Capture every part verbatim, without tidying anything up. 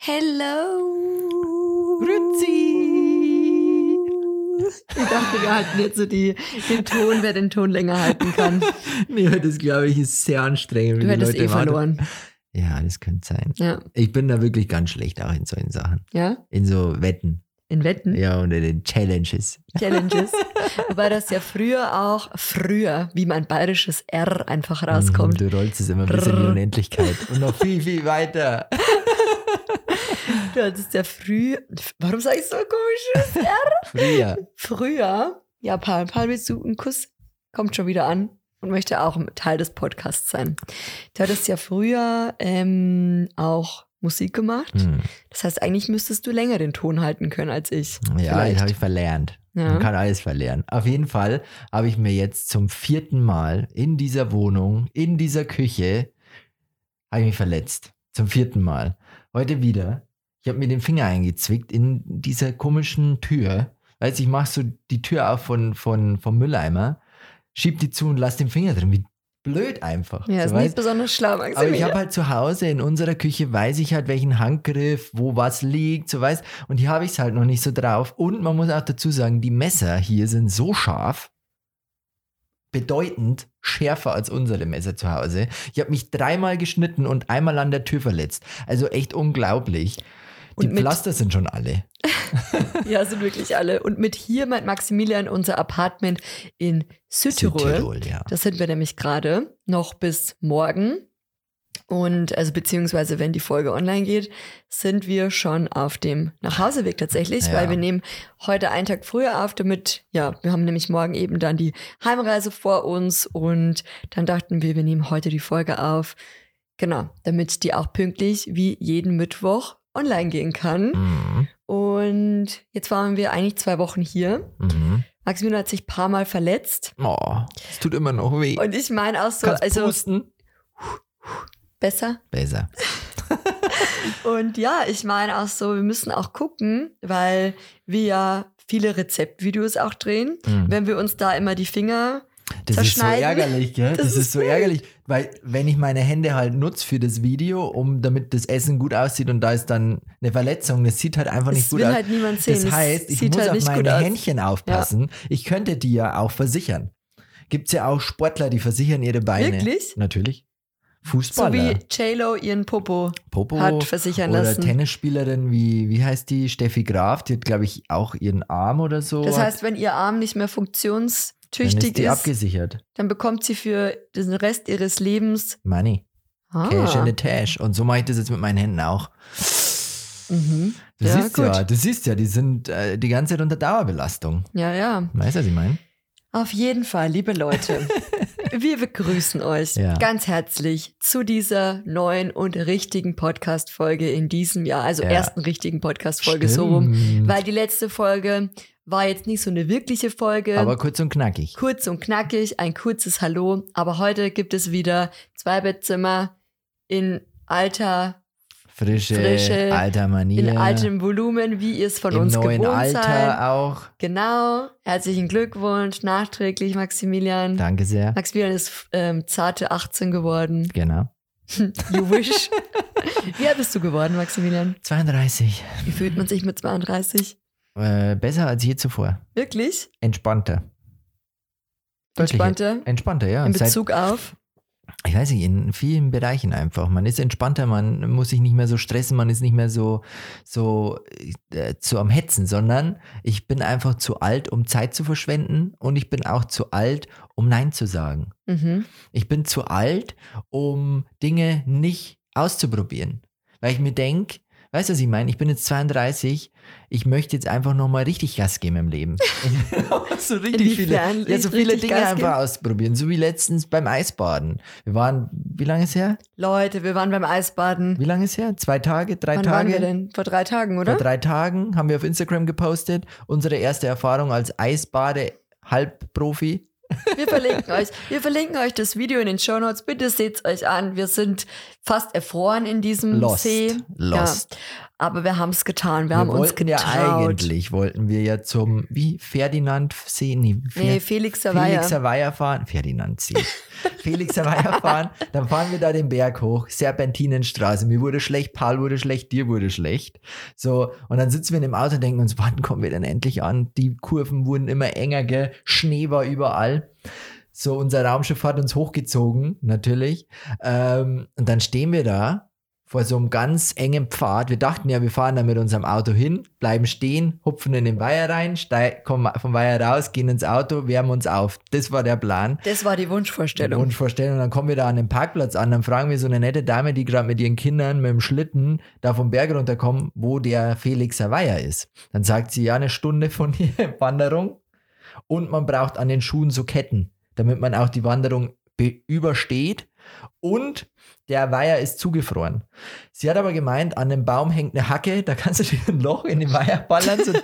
Hello. Grüezi. Ich dachte, wir halten jetzt so die, den Ton, wer den Ton länger halten kann. Nee, das glaube ich ist sehr anstrengend. Du hättest eh verloren. Ja, das könnte sein. Ja. Ich bin da wirklich ganz schlecht auch in solchen Sachen. Ja? In so Wetten. In Wetten? Ja, und in den Challenges. Challenges. Wobei das ja früher auch, früher, wie mein bayerisches R einfach rauskommt. Du rollst es immer bis in die Unendlichkeit. Und noch viel, viel weiter. Du hattest ja früh, warum sag ich so ein komisches R? Früher. Früher, ja, Paul, Paul, willst du einen Kuss? Kommt schon wieder an und möchte auch Teil des Podcasts sein. Du hattest ja früher ähm, auch Musik gemacht. Hm. Das heißt, eigentlich müsstest du länger den Ton halten können als ich. Ja, Vielleicht. das habe ich verlernt. Ja. Man kann alles verlernen. Auf jeden Fall habe ich mir jetzt zum vierten Mal in dieser Wohnung, in dieser Küche, habe ich mich verletzt. Zum vierten Mal. Heute wieder. Ich habe mir den Finger eingezwickt in dieser komischen Tür. Weißt du, ich mache so die Tür auf von, von, vom Mülleimer, schieb die zu und lass den Finger drin. Wie blöd einfach. Ja, so, ist nicht besonders schlau, Maximilian. Aber ich habe halt zu Hause in unserer Küche, weiß ich halt, welchen Handgriff, wo was liegt, so weißt. Und hier habe ich es halt noch nicht so drauf. Und man muss auch dazu sagen, die Messer hier sind so scharf, bedeutend schärfer als unsere Messer zu Hause. Ich habe mich dreimal geschnitten und einmal an der Tür verletzt. Also echt unglaublich. Die und Pflaster sind schon alle. Ja, sind wirklich alle. Und mit hier meint Maximilian unser Apartment in Südtirol. Südtirol, ja. Das sind wir nämlich gerade noch bis morgen. Und also beziehungsweise, wenn die Folge online geht, sind wir schon auf dem Nachhauseweg tatsächlich, ja. Weil wir nehmen heute einen Tag früher auf, damit, ja, wir haben nämlich morgen eben dann die Heimreise vor uns und dann dachten wir, wir nehmen heute die Folge auf, genau, damit die auch pünktlich wie jeden Mittwoch online gehen kann. Mhm. Und jetzt waren wir eigentlich zwei Wochen hier. Mhm. Maximilian hat sich ein paar Mal verletzt. Oh, es tut immer noch weh. Und ich meine auch so, Kannst also pusten? Besser? Besser. Und ja, ich meine auch so, wir müssen auch gucken, weil wir ja viele Rezeptvideos auch drehen. Mhm. Wenn wir uns da immer die Finger Das zerschneiden. ist so ärgerlich, gell? Das, das ist so ärgerlich, weil wenn ich meine Hände halt nutze für das Video, um damit das Essen gut aussieht und da ist dann eine Verletzung, das sieht halt einfach nicht das gut will aus. Halt niemand sehen. Das heißt, ich sieht muss halt auf nicht meine gut aus. Händchen aufpassen. Ja. Ich könnte die ja auch versichern. Gibt es ja auch Sportler, die versichern ihre Beine. Wirklich? Natürlich. Fußballer. So wie J-Lo ihren Popo, Popo hat versichern oder lassen. Oder Tennisspielerin wie, wie heißt die? Steffi Graf, die hat, glaube ich, auch ihren Arm oder so. Das heißt, wenn ihr Arm nicht mehr funktionstüchtig dann ist, die ist, abgesichert. Dann bekommt sie für den Rest ihres Lebens Money. Ah. Cash in the Tash. Und so mache ich das jetzt mit meinen Händen auch. Mhm. Du, ja, siehst gut. ja, du siehst ja, die sind äh, die ganze Zeit unter Dauerbelastung. Ja, ja. Weißt du, was ich meine? Auf jeden Fall, liebe Leute, wir begrüßen euch ja. ganz herzlich zu dieser neuen und richtigen Podcast-Folge in diesem Jahr. Also ja. ersten richtigen Podcast-Folge so rum. Weil die letzte Folge war jetzt nicht so eine wirkliche Folge. Aber kurz und knackig. Kurz und knackig, ein kurzes Hallo. Aber heute gibt es wieder zwei Bettzimmer in alter Frische, Frische, alter Manier. In altem Volumen, wie ihr es von Im uns neuen gewohnt Alter seid. auch. Genau. Herzlichen Glückwunsch, nachträglich, Maximilian. Danke sehr. Maximilian ist ähm, zarte achtzehn geworden. Genau. You wish. Wie alt bist du geworden, Maximilian? zweiunddreißig. Wie fühlt man sich mit zweiunddreißig? Äh, besser als je zuvor. Wirklich? Entspannter. Entspannter? Entspannter, ja. In Bezug Seit, auf? Ich weiß nicht, in vielen Bereichen einfach. Man ist entspannter, man muss sich nicht mehr so stressen, man ist nicht mehr so, so äh, zu am Hetzen, sondern ich bin einfach zu alt, um Zeit zu verschwenden und ich bin auch zu alt, um Nein zu sagen. Mhm. Ich bin zu alt, um Dinge nicht auszuprobieren. Weil ich mir denke, weißt du, was ich meine? Ich bin jetzt zweiunddreißig, ich möchte jetzt einfach nochmal richtig Gas geben im Leben. so richtig viele, ja, so viele Dinge Gas einfach geben? Ausprobieren, so wie letztens beim Eisbaden. Wir waren, wie lange ist her? Leute, wir waren beim Eisbaden. Wie lange ist her? Zwei Tage, drei Wann Tage? Wann waren wir denn? Vor drei Tagen, oder? Vor drei Tagen haben wir auf Instagram gepostet, unsere erste Erfahrung als Eisbade-Halbprofi. Wir verlinken euch, wir verlinken euch das Video in den Shownotes. Bitte seht es euch an. Wir sind fast erfroren in diesem Lost. See. Lost. Ja, aber wir haben es getan, wir, wir haben uns getraut. Ja, eigentlich wollten wir ja zum, wie, Ferdinand See? Nee, Fer- nee Felixer Weiher. Felixer Weiher fahren. Ferdinand See. Felixer Weiher fahren. Dann fahren wir da den Berg hoch, Serpentinenstraße. Mir wurde schlecht, Paul wurde schlecht, dir wurde schlecht. So, und dann sitzen wir in dem Auto und denken uns, wann kommen wir denn endlich an? Die Kurven wurden immer enger, gell? Schnee war überall. So, unser Raumschiff hat uns hochgezogen, natürlich. Ähm, und dann stehen wir da vor so einem ganz engen Pfad. Wir dachten ja, wir fahren da mit unserem Auto hin, bleiben stehen, hupfen in den Weiher rein, steig, kommen vom Weiher raus, gehen ins Auto, wärmen uns auf. Das war der Plan. Das war die Wunschvorstellung. Die Wunschvorstellung. Und dann kommen wir da an den Parkplatz an, dann fragen wir so eine nette Dame, die gerade mit ihren Kindern mit dem Schlitten da vom Berg runterkommen, wo der Felixer Weiher ist. Dann sagt sie, ja, eine Stunde von hier Wanderung und man braucht an den Schuhen so Ketten, damit man auch die Wanderung be- übersteht. Und der Weiher ist zugefroren. Sie hat aber gemeint, an dem Baum hängt eine Hacke, da kannst du dir ein Loch in den Weiher ballern so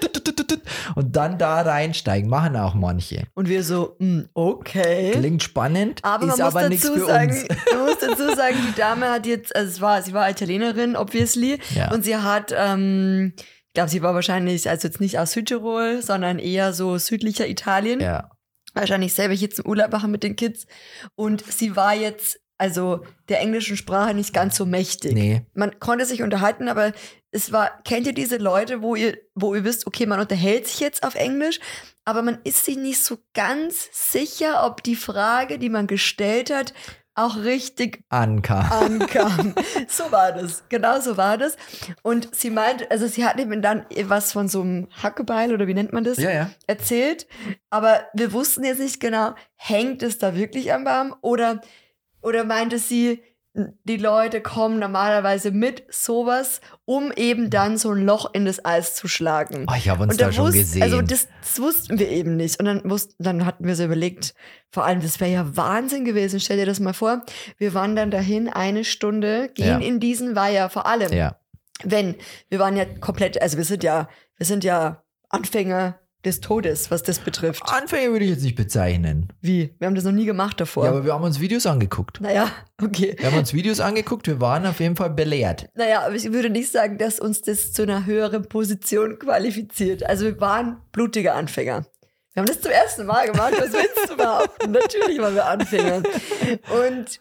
und dann da reinsteigen. Machen auch manche. Und wir so, mh, okay. Klingt spannend, aber ist man muss aber dazu nichts für sagen, uns. Man muss dazu sagen, die Dame hat jetzt, also es war, sie war Italienerin, obviously, Ja. und sie hat, ähm, ich glaube, sie war wahrscheinlich, also jetzt nicht aus Südtirol, sondern eher so südlicher Italien. Ja. Wahrscheinlich selber jetzt im Urlaub machen mit den Kids. Und sie war jetzt, also der englischen Sprache nicht ganz so mächtig. Nee. Man konnte sich unterhalten, aber es war, kennt ihr diese Leute, wo ihr, wo ihr wisst, okay, man unterhält sich jetzt auf Englisch, aber man ist sich nicht so ganz sicher, ob die Frage, die man gestellt hat, auch richtig Ankam. ankam. So war das. Genau so war das. Und sie meint, also sie hat eben dann was von so einem Hackebeil oder wie nennt man das? Ja, ja. Erzählt. Aber wir wussten jetzt nicht genau, hängt es da wirklich am Baum oder, oder meinte sie, die Leute kommen normalerweise mit sowas, um eben dann so ein Loch in das Eis zu schlagen. Oh, ich habe uns Und da schon wusst, gesehen. Also das, das wussten wir eben nicht. Und dann, wussten, dann hatten wir so überlegt, vor allem, das wäre ja Wahnsinn gewesen. Stell dir das mal vor, wir wandern dahin eine Stunde, gehen Ja. in diesen Weiher, vor allem, ja. wenn, wir waren ja komplett, also wir sind ja, wir sind ja Anfänger des Todes, was das betrifft. Anfänger würde ich jetzt nicht bezeichnen. Wie? Wir haben das noch nie gemacht davor. Ja, aber wir haben uns Videos angeguckt. Naja, okay. Wir haben uns Videos angeguckt, wir waren auf jeden Fall belehrt. Naja, aber ich würde nicht sagen, dass uns das zu einer höheren Position qualifiziert. Also wir waren blutige Anfänger. Wir haben das zum ersten Mal gemacht, was willst du behaupten? Natürlich waren wir Anfänger. Und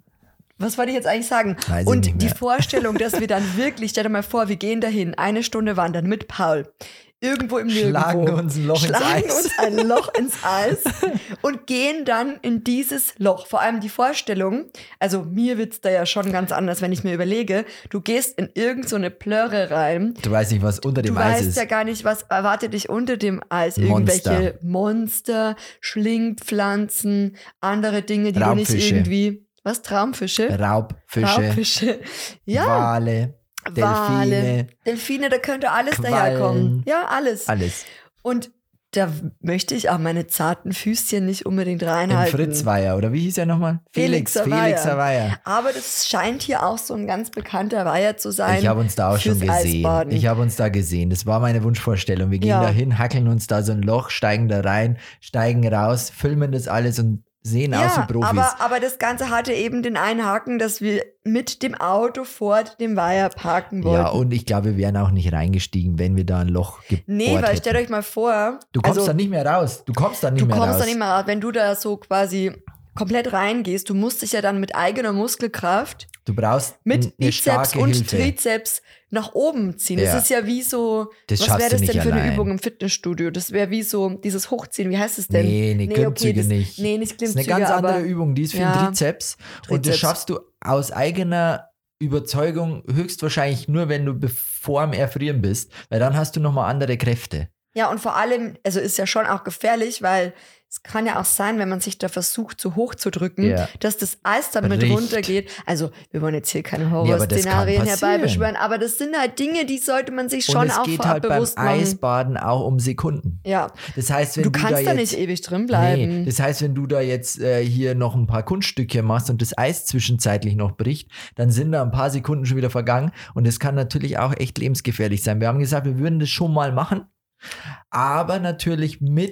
was wollte ich jetzt eigentlich sagen? Weiß ich Und nicht die mehr. Vorstellung, dass wir dann wirklich, stell dir mal vor, wir gehen dahin, eine Stunde wandern mit Paul. Irgendwo im Nirgendwo. Schlagen uns ein Loch ins Schlagen Eis. uns ein Loch ins Eis und gehen dann in dieses Loch. Vor allem die Vorstellung, also mir wird's da ja schon ganz anders, wenn ich mir überlege, du gehst in irgend so eine Plörre rein. Du weißt nicht, was unter dem Du Eis weißt ist. ja gar nicht, was erwartet dich unter dem Eis. Monster. Irgendwelche Monster, Schlingpflanzen, andere Dinge, die du nicht Raubfische. irgendwie... Was? Traumfische? Raubfische, Raubfische. Ja. Wale, Delfine, Wale, Delfine, da könnte alles Quallen. daherkommen. Ja, alles. alles. Und da möchte ich auch meine zarten Füßchen nicht unbedingt Im reinhalten. Fritz Weiher, oder wie hieß er nochmal? Felix, Felixer Weiher. Felixer Weiher. Aber das scheint hier auch so ein ganz bekannter Weiher zu sein. Ich habe uns da auch schon fürs gesehen. Eisbaden. Ich habe uns da gesehen. Das war meine Wunschvorstellung. Wir gehen Ja. da hin, hackeln uns da so ein Loch, steigen da rein, steigen raus, filmen das alles und sehen aus ja, wie Profis. aber, aber das Ganze hatte eben den einen Haken, dass wir mit dem Auto vor dem Weiher parken wollten. ja, und ich glaube, wir wären auch nicht reingestiegen, wenn wir da ein Loch gebohrt Nee, weil hätten. stellt euch mal vor, Du kommst also, dann nicht mehr raus. Du kommst dann nicht du mehr kommst raus. da nicht mehr raus, wenn du da so quasi komplett reingehst, du musst dich ja dann mit eigener Muskelkraft Du brauchst mit eine Bizeps starke und Hilfe. Trizeps nach oben ziehen. Ja. Das ist ja wie so, Das was schaffst wäre du das nicht denn für eine allein. Übung im Fitnessstudio? Das wäre wie so dieses Hochziehen, wie heißt es denn? Nee, nee, Klimmzüge das, nicht. Nee, nicht Das ist Klimmzüge, eine ganz aber andere Übung, die ist für ja, den Trizeps. Und das Trizeps. schaffst du aus eigener Überzeugung höchstwahrscheinlich nur, wenn du bevor am Erfrieren bist, weil dann hast du nochmal andere Kräfte. Ja, und vor allem, also ist ja schon auch gefährlich, weil es kann ja auch sein, wenn man sich da versucht, zu hoch zu drücken, Ja. dass das Eis dann mit Bricht. runtergeht. Also, wir wollen jetzt hier keine Nee, aber das kann Horrorszenarien passieren. herbeibeschwören, aber das sind halt Dinge, die sollte man sich schon und es auch geht vorab halt beim bewusst machen. Eisbaden auch um Sekunden. Ja, Das heißt, wenn du du, kannst da da jetzt, nicht ewig drin bleiben. Nee, das heißt, wenn du da jetzt äh, hier noch ein paar Kunststücke machst und das Eis zwischenzeitlich noch bricht, dann sind da ein paar Sekunden schon wieder vergangen und das kann natürlich auch echt lebensgefährlich sein. Wir haben gesagt, wir würden das schon mal machen, aber natürlich mit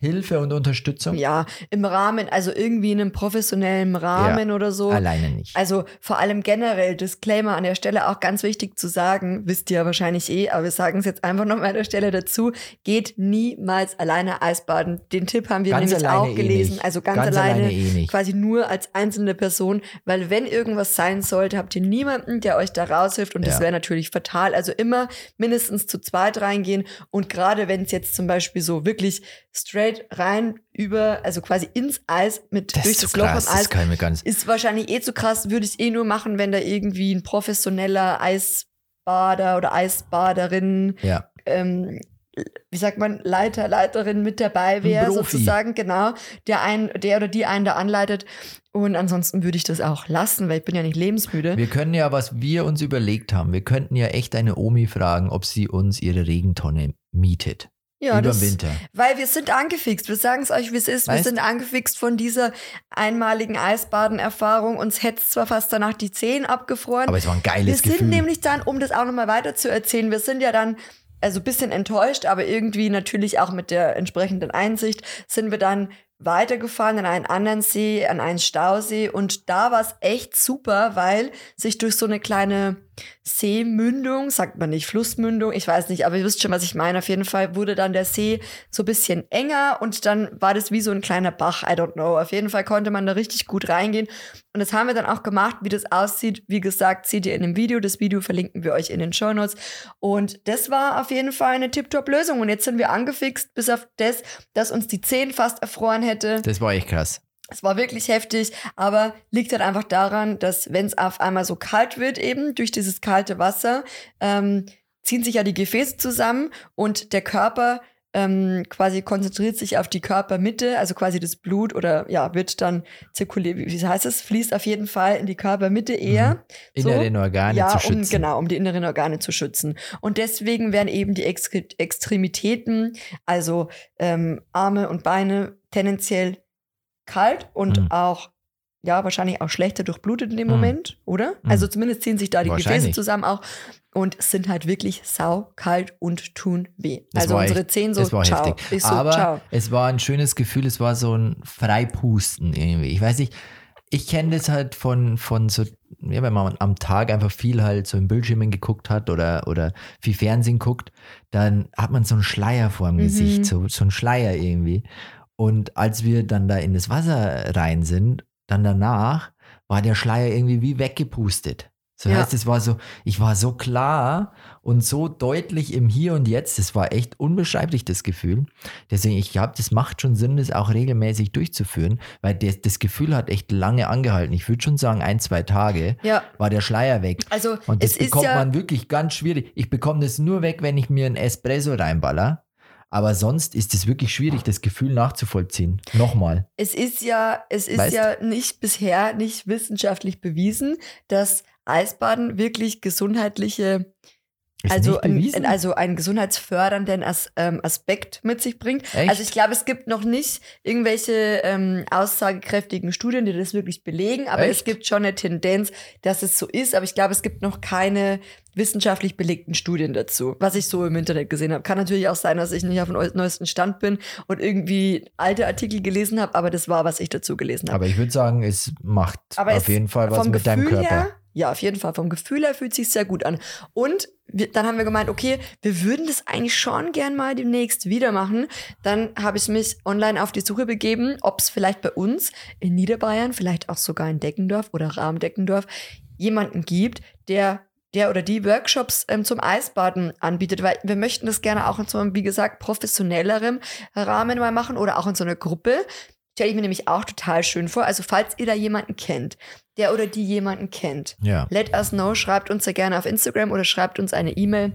Hilfe und Unterstützung? Ja, im Rahmen, also irgendwie in einem professionellen Rahmen ja, oder so. Alleine nicht. Also vor allem generell, Disclaimer an der Stelle auch ganz wichtig zu sagen, wisst ihr wahrscheinlich eh, aber wir sagen es jetzt einfach nochmal an der Stelle dazu, geht niemals alleine Eisbaden. Den Tipp haben wir ganz nämlich auch eh gelesen, nicht. also ganz, ganz alleine, alleine eh nicht. quasi nur als einzelne Person, weil wenn irgendwas sein sollte, habt ihr niemanden, der euch da raushilft und das ja. wäre natürlich fatal. Also immer mindestens zu zweit reingehen und gerade wenn es jetzt zum Beispiel so wirklich straight rein über, also quasi ins Eis mit das durch das Loch im Eis, das kann ich mir ganz ist wahrscheinlich eh zu krass, würde ich eh nur machen, wenn da irgendwie ein professioneller Eisbader oder Eisbaderin, ja. ähm, wie sagt man, Leiter, Leiterin mit dabei wäre, sozusagen, genau, der ein, der oder die einen da anleitet. Und ansonsten würde ich das auch lassen, weil ich bin ja nicht lebensmüde. Wir können ja, was wir uns überlegt haben, wir könnten ja echt eine Omi fragen, ob sie uns ihre Regentonne mietet. Ja, Über das, den Winter. Weil wir sind angefixt. Wir sagen es euch, wie es ist. Weißt? Wir sind angefixt von dieser einmaligen Eisbadenerfahrung. Uns hätte zwar fast danach die Zehen abgefroren. Aber es war ein geiles Gefühl. Wir sind nämlich dann, um das auch nochmal weiter zu erzählen, wir sind ja dann also ein bisschen enttäuscht, aber irgendwie natürlich auch mit der entsprechenden Einsicht sind wir dann weitergefahren an einen anderen See, an einen Stausee und da war es echt super, weil sich durch so eine kleine Seemündung, sagt man nicht Flussmündung, ich weiß nicht, aber ihr wisst schon, was ich meine. Auf jeden Fall wurde dann der See so ein bisschen enger und dann war das wie so ein kleiner Bach, I don't know. Auf jeden Fall konnte man da richtig gut reingehen und das haben wir dann auch gemacht, wie das aussieht. Wie gesagt, seht ihr in dem Video, das Video verlinken wir euch in den Shownotes und das war auf jeden Fall eine Tip-Top-Lösung und jetzt sind wir angefixt, bis auf das, dass uns die Zehen fast erfroren hätte. Das war echt krass. Es war wirklich heftig, aber liegt halt einfach daran, dass wenn es auf einmal so kalt wird eben, durch dieses kalte Wasser, ähm, ziehen sich ja die Gefäße zusammen und der Körper ähm, quasi konzentriert sich auf die Körpermitte, also quasi das Blut oder ja, wird dann zirkuliert, wie heißt es, fließt auf jeden Fall in die Körpermitte eher. Mhm. Inneren so. Organe ja, zu schützen. Um, genau, um die inneren Organe zu schützen. Und deswegen werden eben die Ex- Extremitäten, also ähm, Arme und Beine, tendenziell kalt und mhm. auch, ja, wahrscheinlich auch schlechter durchblutet in dem mhm. Moment, oder? Mhm. Also zumindest ziehen sich da die Gefäße zusammen auch und sind halt wirklich saukalt und tun weh. Das also unsere echt, Zehen so, das war ciao. Heftig. Ich so, aber ciao. Es war ein schönes Gefühl, es war so ein Freipusten irgendwie. Ich weiß nicht, ich kenne das halt von, von so, ja, wenn man am Tag einfach viel halt so im Bildschirmen geguckt hat oder, oder viel Fernsehen guckt, dann hat man so einen Schleier vor dem mhm. Gesicht, so, so einen Schleier irgendwie. Und als wir dann da in das Wasser rein sind, dann danach, war der Schleier irgendwie wie weggepustet. So ja. heißt, es war so, ich war so klar und so deutlich im Hier und Jetzt, das war echt unbeschreiblich, das Gefühl. Deswegen, ich glaube, das macht schon Sinn, das auch regelmäßig durchzuführen, weil das, das Gefühl hat echt lange angehalten. Ich würde schon sagen, ein, zwei Tage ja. war der Schleier weg. Also, und das es bekommt ist ja man wirklich ganz schwierig. Ich bekomme das nur weg, wenn ich mir einen Espresso reinballer. Aber sonst ist es wirklich schwierig, das Gefühl nachzuvollziehen. Nochmal. Es ist ja, es ist Weißt? ja nicht bisher nicht wissenschaftlich bewiesen, dass Eisbaden wirklich gesundheitliche, ist also, ein, also einen gesundheitsfördernden As, ähm, Aspekt mit sich bringt. Echt? Also ich glaube, es gibt noch nicht irgendwelche ähm, aussagekräftigen Studien, die das wirklich belegen, aber Echt? es gibt schon eine Tendenz, dass es so ist. Aber ich glaube, es gibt noch keine wissenschaftlich belegten Studien dazu, was ich so im Internet gesehen habe. Kann natürlich auch sein, dass ich nicht auf dem neuesten Stand bin und irgendwie alte Artikel gelesen habe, aber das war, was ich dazu gelesen habe. Aber ich würde sagen, es macht aber auf es jeden Fall was vom mit Gefühl deinem Körper. Her, ja, auf jeden Fall. Vom Gefühl her fühlt es sich sehr gut an. Und wir, dann haben wir gemeint, okay, wir würden das eigentlich schon gern mal demnächst wieder machen. Dann habe ich mich online auf die Suche begeben, ob es vielleicht bei uns in Niederbayern, vielleicht auch sogar in Deckendorf oder Rahm-Deckendorf, jemanden gibt, der der oder die Workshops ähm, zum Eisbaden anbietet, weil wir möchten das gerne auch in so einem, wie gesagt, professionellerem Rahmen mal machen oder auch in so einer Gruppe. Stelle ich mir nämlich auch total schön vor. Also falls ihr da jemanden kennt, der oder die jemanden kennt, ja. let us know, schreibt uns da gerne auf Instagram oder schreibt uns eine E-Mail.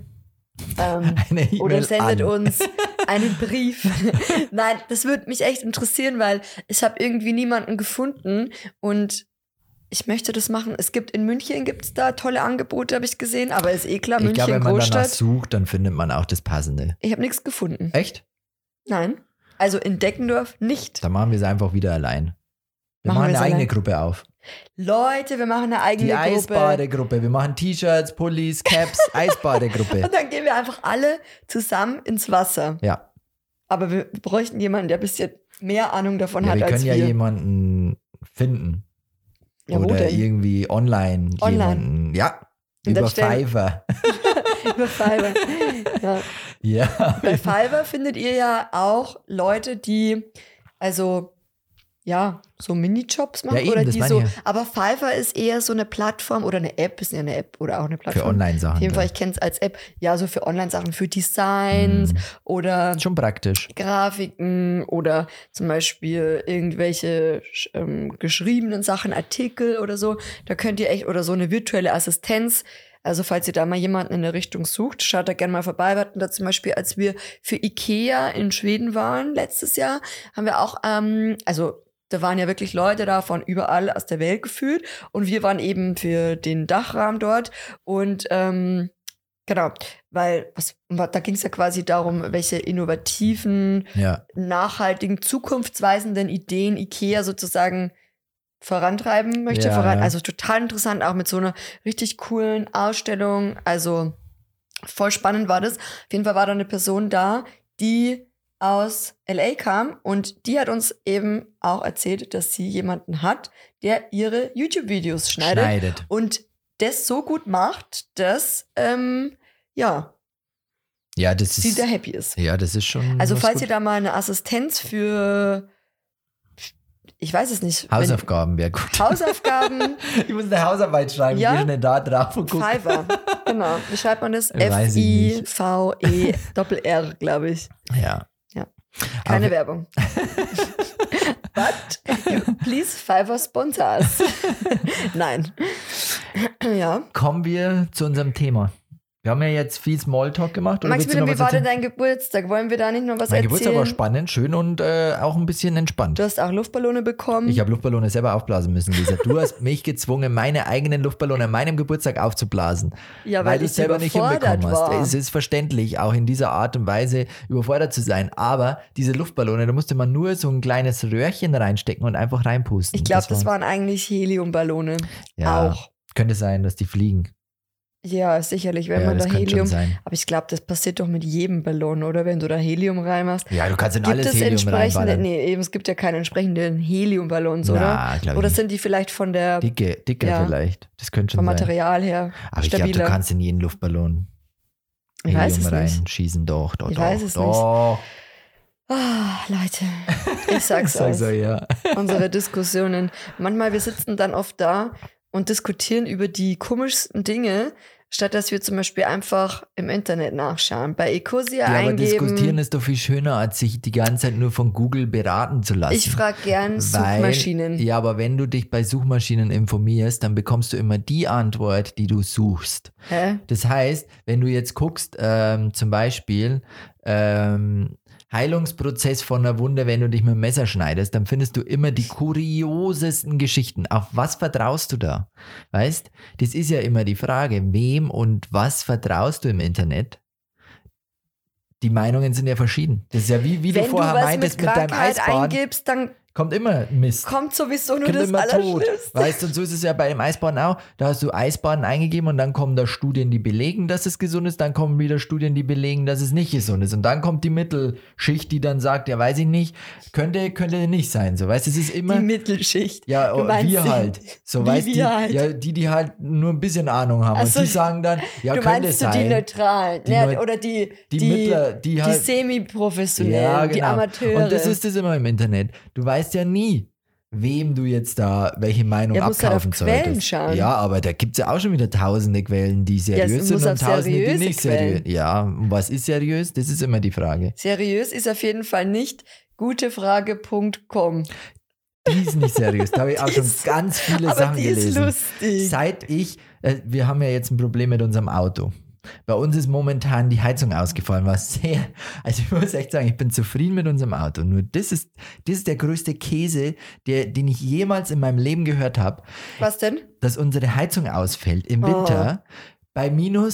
Ähm, eine E-Mail oder sendet an. uns einen Brief. Nein, das würde mich echt interessieren, weil ich habe irgendwie niemanden gefunden und ich möchte das machen. Es gibt in München gibt's da tolle Angebote, habe ich gesehen, aber ist eh klar, ich München, glaube, wenn man Großstadt. danach sucht, dann findet man auch das Passende. Ich habe nichts gefunden. Echt? Nein. Also in Deckendorf nicht. Dann machen wir es einfach wieder allein. Wir Machen machen wir eine es eigene allein? Gruppe auf. Leute, wir machen eine eigene Die Gruppe. Eisbadegruppe. Wir machen T-Shirts, Pullis, Caps, Eisbadegruppe. Und dann gehen wir einfach alle zusammen ins Wasser. Ja. aber wir bräuchten jemanden, der ein bisschen mehr Ahnung davon ja, hat wir als wir. können ja jemanden finden. Ja, wo Oder denn? irgendwie online, Online. jemanden. Ja, Und dann über stellen- Fiverr. Über Fiverr. Ja. Ja. Bei Fiverr findet ihr ja auch Leute, die, also, ja, so Minijobs machen Ja, eben, oder das die meine so, ich ja. aber Fiverr ist eher so eine Plattform oder eine App, ist ja eine App oder auch eine Plattform. Für Online-Sachen. Auf jeden Fall, dann. ich kenne es als App, ja, so für Online-Sachen, für Designs Mhm. oder Schon praktisch. Grafiken oder zum Beispiel irgendwelche ähm, geschriebenen Sachen, Artikel oder so. Da könnt ihr echt, oder so eine virtuelle Assistenz. Also falls ihr da mal jemanden in der Richtung sucht, schaut da gerne mal vorbei. Wir hatten da zum Beispiel, als wir für Ikea in Schweden waren letztes Jahr, haben wir auch, ähm, also da waren ja wirklich Leute da von überall aus der Welt gefühlt und wir waren eben für den Dachrahmen dort und ähm, genau, weil was, da ging es ja quasi darum, welche innovativen, Ja. nachhaltigen, zukunftsweisenden Ideen Ikea sozusagen vorantreiben möchte. Ja, voran, ja. Also total interessant, auch mit so einer richtig coolen Ausstellung. Also voll spannend war das. Auf jeden Fall war da eine Person da, die aus L A kam und die hat uns eben auch erzählt, dass sie jemanden hat, der ihre YouTube-Videos schneidet, Schneidet. und das so gut macht, dass ähm, ja, Ja, das sie ist. da happy ist. Ja, das ist schon. Also was falls gut. ihr da mal eine Assistenz für, ich weiß es nicht, Hausaufgaben wäre gut. wenn, Hausaufgaben, Ich muss eine Hausarbeit schreiben. Ja? Geh schnell da drauf und guck. Fiverr, genau. Wie schreibt man das? Weiß ich nicht. F I V E R, glaube ich. Ja. Keine Aber- Werbung. But please Fiverr sponsor us. Nein. Ja. Kommen wir zu unserem Thema. Wir haben ja jetzt viel Smalltalk gemacht. Oder willst du Maximilian, noch wie was war denn erzählen? dein Geburtstag? Wollen wir da nicht noch was Mein erzählen? Geburtstag war spannend, schön und äh, auch ein bisschen entspannt. Du hast auch Luftballone bekommen. Ich habe Luftballone selber aufblasen müssen, Lisa. Du hast mich gezwungen, meine eigenen Luftballone an meinem Geburtstag aufzublasen. ja, weil, du ich es selber nicht überfordert hinbekommen hast. war. Es ist verständlich, auch in dieser Art und Weise überfordert zu sein. Aber diese Luftballone, da musste man nur so ein kleines Röhrchen reinstecken und einfach reinpusten. Ich glaube, das, war, waren eigentlich Heliumballone. ja, auch. Könnte sein, dass die fliegen. Ja, sicherlich, wenn ja, man das da könnte Helium. schon sein. Aber ich glaube, das passiert doch mit jedem Ballon, oder? Wenn du da Helium reinmachst. Ja, du kannst in Gibt alles es Helium entsprechende, reinballern. nee, eben, es gibt ja keine entsprechenden Heliumballons, oder? Na, glaub ich Oder nicht. sind die vielleicht von der, Dicke, dicker Ja. vielleicht. Das könnte vom schon sein. Material her Aber ich glaube, stabiler? du kannst in jeden Luftballon Ich weiß Helium es nicht. reinschießen. Doch, doch, Ich doch. weiß es doch. Ah, Leute, ich sag's Sag euch. so, ja. Unsere Diskussionen. Manchmal, wir sitzen dann oft da und diskutieren über die komischsten Dinge, statt dass wir zum Beispiel einfach im Internet nachschauen. Bei Ecosia Ja, aber eingeben. diskutieren ist doch viel schöner, als sich die ganze Zeit nur von Google beraten zu lassen. Ich frage gern Weil- Suchmaschinen. Ja, aber wenn du dich bei Suchmaschinen informierst, dann bekommst du immer die Antwort, die du suchst. Hä? Das heißt, wenn du jetzt guckst, ähm, zum Beispiel ähm, Heilungsprozess von einer Wunde, wenn du dich mit dem Messer schneidest, dann findest du immer die kuriosesten Geschichten. Auf was vertraust du da? Weißt, das ist ja immer die Frage, wem und was vertraust du im Internet? Die Meinungen sind ja verschieden. Das ist ja wie, wie Wenn du du vorher was meintest mit mit, deinem Krankheit Eisbahn, eingibst, dann kommt immer Mist. kommt sowieso nur Kommt das immer tot. Allerschlimmste. Weißt du, und so ist es ja bei dem Eisbahn auch. Da hast du Eisbahnen eingegeben und dann kommen da Studien, die belegen, dass es gesund ist. Dann kommen wieder Studien, die belegen, dass es nicht gesund ist. Und dann kommt die Mittelschicht, die dann sagt, ja, weiß ich nicht, könnte, könnte nicht sein. So, weißt du, es ist immer. Die Mittelschicht. Ja, Du meinst wir die- halt. So, wie weißt wir die, halt? ja, die, die halt nur ein bisschen Ahnung haben. Ach und so, die sagen dann, ja, du könnte meinst es so die sein. Neutralen. Die Ja, Neu- oder die, die die, Mittler, die die halt- Semi-Professionellen, Ja, die genau. Amateure. Und das ist es immer im Internet. Du weißt ja nie, wem du jetzt da welche Meinung Ja, musst halt abkaufen auf Quellen solltest. schauen. Ja, aber da gibt es ja auch schon wieder tausende Quellen, die es seriös muss sind und auf tausende, die seriöse nicht seriös. Quellen. Ja, und was ist seriös? Das ist immer die Frage. Seriös ist auf jeden Fall nicht gutefrage punkt com. Die ist nicht seriös. Da habe ich auch Die schon ist- ganz viele Aber Sachen die gelesen. ist lustig. Seit ich, äh, wir haben ja jetzt ein Problem mit unserem Auto. Bei uns ist momentan die Heizung ausgefallen, war sehr, also ich muss echt sagen, ich bin zufrieden mit unserem Auto. Nur das ist, das ist der größte Käse, der, den ich jemals in meinem Leben gehört habe, Was denn? dass unsere Heizung ausfällt im Oh. Winter bei minus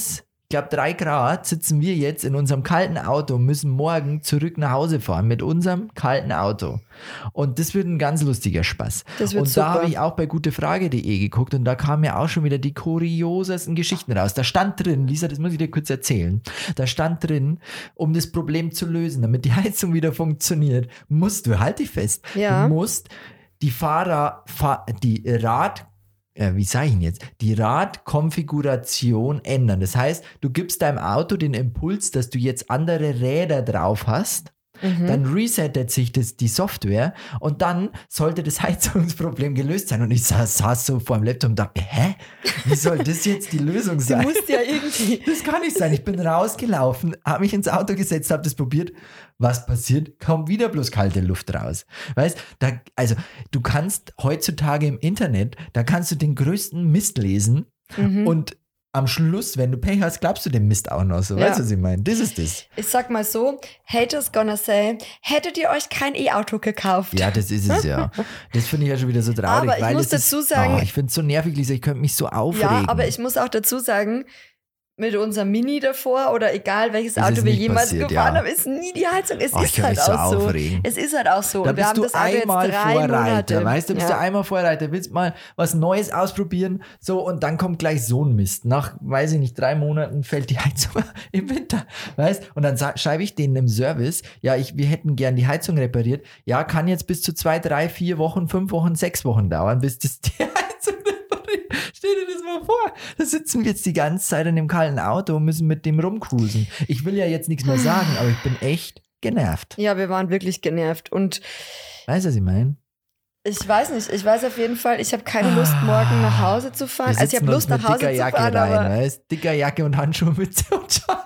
ich glaube, drei Grad sitzen wir jetzt in unserem kalten Auto und müssen morgen zurück nach Hause fahren mit unserem kalten Auto. Und das wird ein ganz lustiger Spaß. Das wird und super. da habe ich auch bei gutefrage punkt de geguckt und da kamen ja auch schon wieder die kuriosesten Geschichten raus. Da stand drin, Lisa, das muss ich dir kurz erzählen, da stand drin, um das Problem zu lösen, damit die Heizung wieder funktioniert, musst du, halt dich fest, Ja. du musst die Fahrer, die Rad wie sage ich ihn jetzt, die Radkonfiguration ändern. Das heißt, du gibst deinem Auto den Impuls, dass du jetzt andere Räder drauf hast, mhm. dann resettet sich das, die Software und dann sollte das Heizungsproblem gelöst sein. Und ich saß, saß so vor dem Laptop und dachte, hä? Wie soll das jetzt die Lösung sein? Du musst ja irgendwie... Das kann nicht sein. Ich bin rausgelaufen, habe mich ins Auto gesetzt, habe das probiert. Was passiert? Kommt wieder bloß kalte Luft raus. Weißt, da, also du kannst heutzutage im Internet, da kannst du den größten Mist lesen mhm. und am Schluss, wenn du Pech hast, glaubst du dem Mist auch noch so. Ja. Weißt du, was ich meine? Das ist das. Ich sag mal so, haters gonna say, hättet ihr euch kein E-Auto gekauft? Ja, das ist es ja. Das finde ich ja schon wieder so traurig. Aber ich weil muss es dazu ist, sagen... Oh, ich finde es so nervig, Lisa, ich könnte mich so aufregen. Ja, aber ich muss auch dazu sagen... Mit unserem Mini davor oder egal welches Auto wir jemals passiert, gefahren ja. haben, ist nie die Heizung. Es oh, ist halt so auch so. Aufregen. Es ist halt auch so. Da und wir bist haben du das Auto einmal jetzt drei Vorreiter, Monate. Weißt du, bist ja. du einmal Vorreiter, willst mal was Neues ausprobieren, so und dann kommt gleich so ein Mist. Nach, weiß ich nicht, drei Monaten fällt die Heizung im Winter, weißt? Und dann schreibe ich denen im Service, ja, ich, wir hätten gern die Heizung repariert. Ja, kann jetzt bis zu zwei, drei, vier Wochen, fünf Wochen, sechs Wochen dauern, bis das die Heizung repariert. Stell dir das mal vor. Da sitzen wir jetzt die ganze Zeit in dem kalten Auto und müssen mit dem rumcruisen. Ich will ja jetzt nichts mehr sagen, aber ich bin echt genervt. Ja, wir waren wirklich genervt. Und weißt du, was ich meine? Ich weiß nicht. Ich weiß auf jeden Fall, ich habe keine Lust, morgen nach Hause zu fahren. Wir also ich habe Lust, nach Hause zu fahren, rein, aber... Weißt? Dicker Jacke und Handschuhe mit Schal.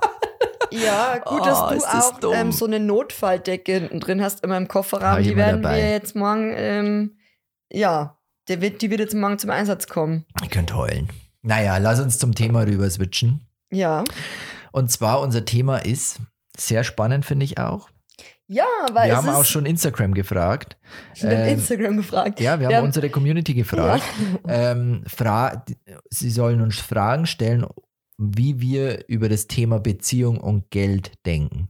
Ja, gut, oh, dass du das auch ähm, so eine Notfalldecke hinten drin hast in meinem Kofferraum. Die werden dabei. wir jetzt morgen... Ähm, ja... Der wird, die wird jetzt morgen zum Einsatz kommen. Ich könnte heulen. Naja, lass uns zum Thema rüber switchen. Ja. Und zwar, unser Thema ist, sehr spannend finde ich auch. Ja, weil wir es haben ist auch schon Instagram gefragt. Ich habe ähm, Instagram gefragt. Ja, wir, wir haben, haben unsere Community gefragt. Ja. Ähm, fra- sie sollen uns Fragen stellen, wie wir über das Thema Beziehung und Geld denken.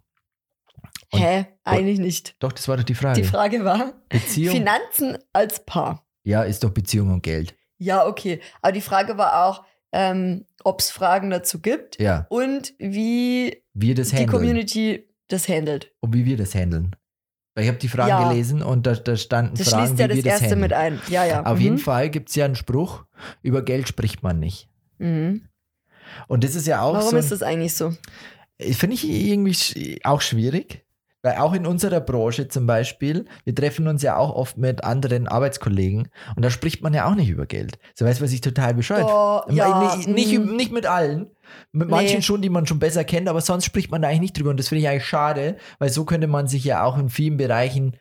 Und, Hä? Eigentlich nicht. Doch, das war doch die Frage. Die Frage war, Beziehung, Finanzen als Paar. Ja, ist doch Beziehung und Geld. Ja, okay. Aber die Frage war auch, ähm, ob es Fragen dazu gibt ja. und wie wir das die handeln. Community das handelt. Und wie wir das handeln. Weil ich habe die Fragen ja. gelesen und da, da standen das Fragen, schließt ja wie wir das das erste handeln. mit ein. Ja, ja. Auf mhm. jeden Fall gibt es ja einen Spruch, über Geld spricht man nicht. Mhm. Und das ist ja auch Warum so. Warum ist das eigentlich so? Finde ich irgendwie auch schwierig. Weil auch in unserer Branche zum Beispiel, wir treffen uns ja auch oft mit anderen Arbeitskollegen und da spricht man ja auch nicht über Geld. So, weißt du, was ich total bescheuert oh, ja, nicht, nicht, mm. nicht mit allen, mit manchen nee. schon, die man schon besser kennt, aber sonst spricht man da eigentlich nicht drüber und das finde ich eigentlich schade, weil so könnte man sich ja auch in vielen Bereichen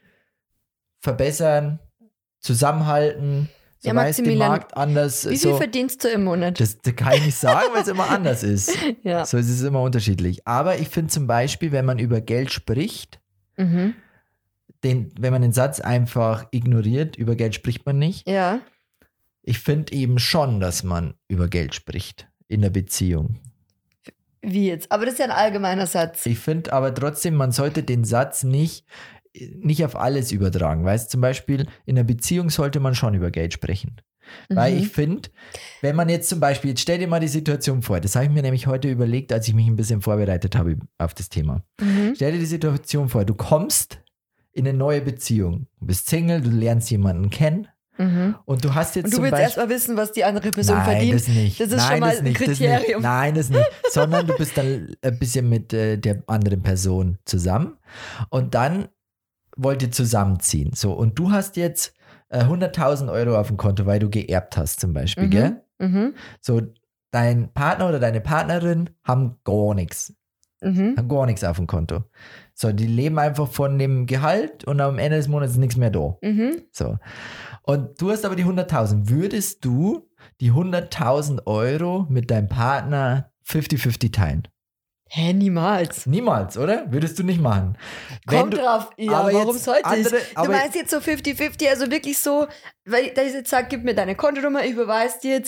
verbessern, zusammenhalten, so ja, weiß den Markt anders. Wie so. viel verdienst du im Monat? Das, das kann ich nicht sagen, weil es immer anders ist. Ja. So, es ist immer unterschiedlich. Aber ich finde zum Beispiel, wenn man über Geld spricht, mhm. den, wenn man den Satz einfach ignoriert, über Geld spricht man nicht. Ja. Ich finde eben schon, dass man über Geld spricht in der Beziehung. Wie jetzt? Aber das ist ja ein allgemeiner Satz. Ich finde aber trotzdem, man sollte den Satz nicht nicht auf alles übertragen. Weißt, zum Beispiel in einer Beziehung sollte man schon über Geld sprechen. Mhm. Weil ich finde, wenn man jetzt zum Beispiel, jetzt stell dir mal die Situation vor, das habe ich mir nämlich heute überlegt, als ich mich ein bisschen vorbereitet habe auf das Thema. Mhm. Stell dir die Situation vor, du kommst in eine neue Beziehung, du bist Single, du lernst jemanden kennen mhm. und du hast jetzt und du zum willst Beispiel, erstmal wissen, was die andere Person nein, verdient. Das nicht. Das ist nein, schon mal das ein nicht, Kriterium. Das nicht. Nein, das nicht. Sondern du bist dann ein bisschen mit äh, der anderen Person zusammen und dann wollt ihr zusammenziehen. So, und du hast jetzt äh, hunderttausend Euro auf dem Konto, weil du geerbt hast zum Beispiel, mhm. gell? Mhm. So, dein Partner oder deine Partnerin haben gar nichts. Mhm. Haben gar nichts auf dem Konto. So, die leben einfach von dem Gehalt und am Ende des Monats ist nichts mehr da. Mhm. So. Und du hast aber die hunderttausend. Würdest du die hunderttausend Euro mit deinem Partner fünfzig fünfzig teilen? Hä, niemals. Niemals, oder? Würdest du nicht machen. Kommt du, drauf, ja, warum sollte andere, ich? Du meinst jetzt so fünfzig fünfzig, also wirklich so, weil ich jetzt sage, gib mir deine Kontonummer, ich überweise dir jetzt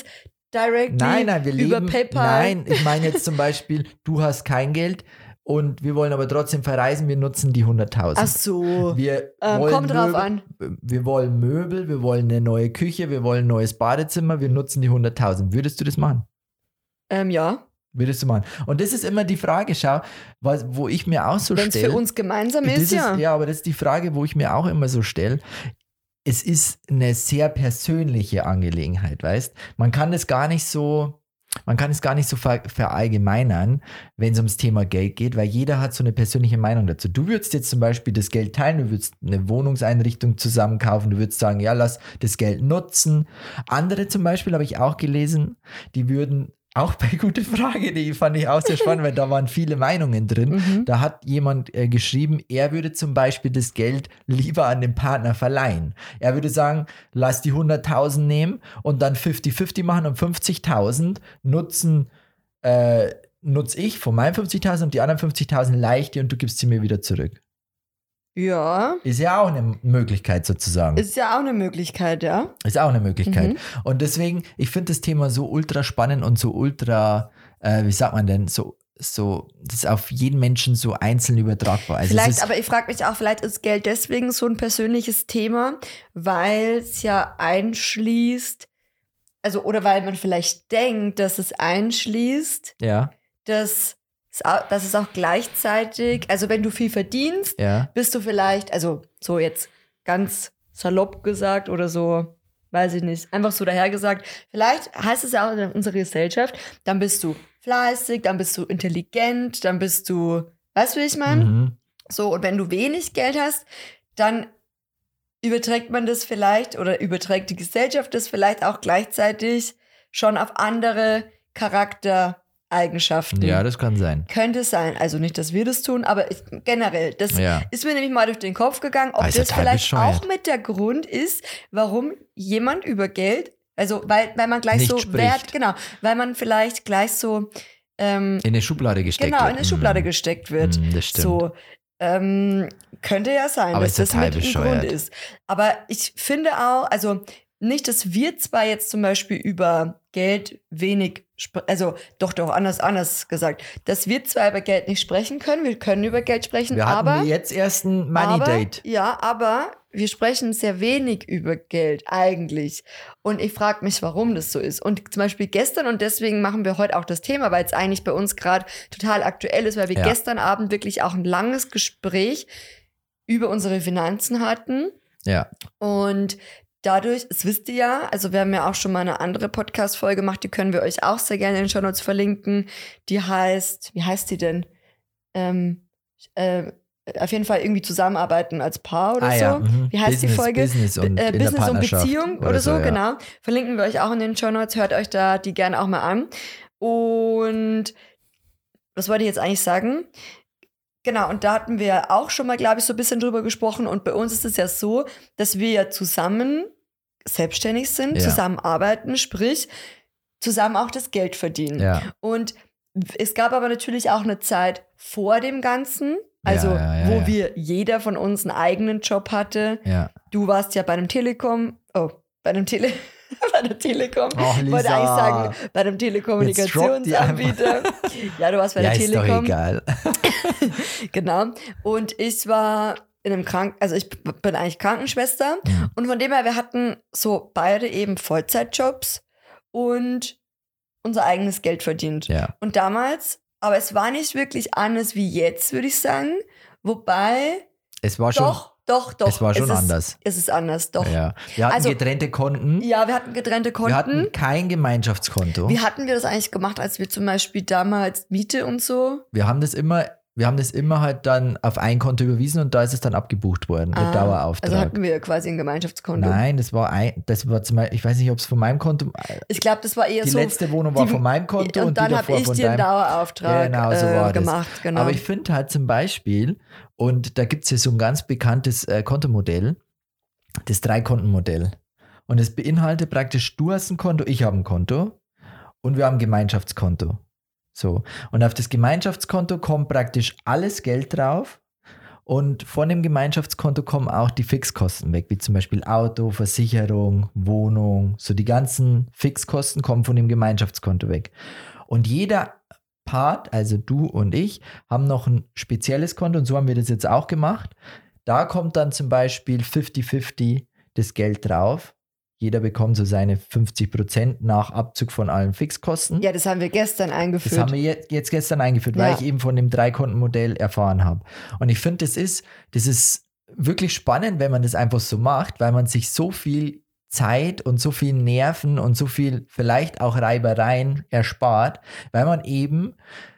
directly nein, nein, wir über leben, PayPal? Nein, ich meine jetzt zum Beispiel, du hast kein Geld und wir wollen aber trotzdem verreisen, wir nutzen die hunderttausend. Ach so. Wir ähm, wollen kommt drauf Möbel, an. Wir wollen Möbel, wir wollen eine neue Küche, wir wollen ein neues Badezimmer, wir nutzen die hunderttausend. Würdest du das machen? Ähm, ja. Würdest du machen. Und das ist immer die Frage, schau, was, wo ich mir auch so stelle. Wenn es für uns gemeinsam ist, ist, ja. Ja, aber das ist die Frage, wo ich mir auch immer so stelle. Es ist eine sehr persönliche Angelegenheit, weißt? Man kann das gar nicht so, man kann es gar nicht so ver, verallgemeinern, wenn es ums Thema Geld geht, weil jeder hat so eine persönliche Meinung dazu. Du würdest jetzt zum Beispiel das Geld teilen, du würdest eine Wohnungseinrichtung zusammen kaufen, du würdest sagen, ja, lass das Geld nutzen. Andere zum Beispiel, habe ich auch gelesen, die würden auch bei Gute Frage, die fand ich auch sehr spannend, weil da waren viele Meinungen drin. Mhm. Da hat jemand äh, geschrieben, er würde zum Beispiel das Geld lieber an den Partner verleihen. Er würde sagen, lass die hunderttausend nehmen und dann fünfzig fünfzig machen und fünfzigtausend nutzen, äh, nutze ich von meinen fünfzigtausend und die anderen fünfzigtausend leih ich dir und du gibst sie mir wieder zurück. Ja. Ist ja auch eine Möglichkeit sozusagen. Ist ja auch eine Möglichkeit, ja. Ist auch eine Möglichkeit. Mhm. Und deswegen, ich finde das Thema so ultra spannend und so ultra, äh, wie sagt man denn, so, so, das ist auf jeden Menschen so einzeln übertragbar. Also Vielleicht, es ist, aber ich frage mich auch, vielleicht ist Geld deswegen so ein persönliches Thema, weil es ja einschließt, also, oder weil man vielleicht denkt, dass es einschließt, ja, dass dass es auch gleichzeitig, also wenn du viel verdienst, ja. bist du vielleicht, also so jetzt ganz salopp gesagt oder so, weiß ich nicht, einfach so dahergesagt, vielleicht heißt es ja auch in unserer Gesellschaft, dann bist du fleißig, dann bist du intelligent, dann bist du, weißt du, wie ich meine? Mhm. So, und wenn du wenig Geld hast, dann überträgt man das vielleicht oder überträgt die Gesellschaft das vielleicht auch gleichzeitig schon auf andere Charakter Eigenschaften. Ja, das kann sein. Könnte sein. Also nicht, dass wir das tun, aber ich, generell. Das ja. ist mir nämlich mal durch den Kopf gegangen, ob also das vielleicht bescheuert. auch mit der Grund ist, warum jemand über Geld, also weil, weil man gleich Nicht so spricht. Wert, genau, weil man vielleicht gleich so ähm, in eine Schublade gesteckt genau, wird. in eine Schublade mm. gesteckt wird. Mm, das stimmt. So, ähm, könnte ja sein, aber dass das total mit ein bescheuert. Grund ist. Aber ich finde auch, also nicht, dass wir zwar jetzt zum Beispiel über Geld wenig, sp- also doch, doch, anders, anders gesagt, dass wir zwar über Geld nicht sprechen können, wir können über Geld sprechen, Wir hatten aber... jetzt erst ein Money aber, Date. Ja, aber wir sprechen sehr wenig über Geld eigentlich. Und ich frage mich, warum das so ist. Und zum Beispiel gestern, und deswegen machen wir heute auch das Thema, weil es eigentlich bei uns gerade total aktuell ist, weil wir Ja. gestern Abend wirklich auch ein langes Gespräch über unsere Finanzen hatten. Ja. Und dadurch, das wisst ihr ja, also wir haben ja auch schon mal eine andere Podcast-Folge gemacht, die können wir euch auch sehr gerne in den Shownotes verlinken. Die heißt, wie heißt die denn? Ähm, äh, auf jeden Fall irgendwie zusammenarbeiten als Paar oder ah, so. Ja. Mhm. Wie heißt Business, die Folge? Business und, äh, in Business der und Partnerschaft Beziehung oder, so, ja. genau. Verlinken wir euch auch in den Shownotes. Hört euch da die gerne auch mal an. Und was wollte ich jetzt eigentlich sagen? Genau, und da hatten wir auch schon mal, glaube ich, so ein bisschen drüber gesprochen. Und bei uns ist es ja so, dass wir ja zusammen selbstständig sind, Ja. zusammen arbeiten, sprich, zusammen auch das Geld verdienen. Ja. Und es gab aber natürlich auch eine Zeit vor dem Ganzen, also Ja, ja, ja, wo ja. wir, jeder von uns einen eigenen Job hatte. Ja. Du warst ja bei einem Telekom, oh, bei einem Tele, bei der Telekom. Ach, Ich wollte Lisa. eigentlich sagen, bei einem Telekommunikationsanbieter. Ja, du warst bei ja, der ist doch Telekom. egal. Genau. Und ich war in einem Kranken, also ich bin eigentlich Krankenschwester. Mhm. Und von dem her, wir hatten so beide eben Vollzeitjobs und unser eigenes Geld verdient. Ja. Und damals, aber es war nicht wirklich anders wie jetzt, würde ich sagen. Wobei, Es war schon, doch, doch, doch. es war schon ist, anders. Es ist anders, doch. Ja, Ja. Wir hatten Also- getrennte Konten. wir hatten getrennte Konten. Wir hatten kein Gemeinschaftskonto. Wie hatten wir das eigentlich gemacht, als wir zum Beispiel damals Miete und so? Wir haben das immer, wir haben das immer halt dann auf ein Konto überwiesen und da ist es dann abgebucht worden mit Ah, Dauerauftrag. Also hatten wir quasi ein Gemeinschaftskonto. Nein, das war ein, das war zum Beispiel, ich weiß nicht, ob es von meinem Konto, Ich glaube, das war eher die so. letzte Wohnung war die- von meinem Konto und, und dann die habe davor ich von dir einen deinem. Dauerauftrag Genau, so war äh, das. gemacht. Genau. Aber ich finde halt zum Beispiel, und da gibt es ja so ein ganz bekanntes äh, Kontomodell, das Drei-Konten-Modell. Und es beinhaltet praktisch, du hast ein Konto, ich habe ein Konto und wir haben ein Gemeinschaftskonto. So. Und auf das Gemeinschaftskonto kommt praktisch alles Geld drauf Und von dem Gemeinschaftskonto kommen auch die Fixkosten weg, wie zum Beispiel Auto, Versicherung, Wohnung. So die ganzen Fixkosten kommen von dem Gemeinschaftskonto weg. Und jeder Part, also du und ich, haben noch ein spezielles Konto und so haben wir das jetzt auch gemacht. Da kommt dann zum Beispiel fünfzig fünfzig das Geld drauf. Jeder bekommt so seine fünfzig Prozent nach Abzug von allen Fixkosten. Ja, das haben wir gestern eingeführt. Das haben wir jetzt, jetzt gestern eingeführt, ja. weil ich eben von dem Dreikontenmodell erfahren habe. Und ich finde, das ist, das ist wirklich spannend, wenn man das einfach so macht, weil man sich so viel Zeit und so viel Nerven und so viel vielleicht auch Reibereien erspart, weil man eben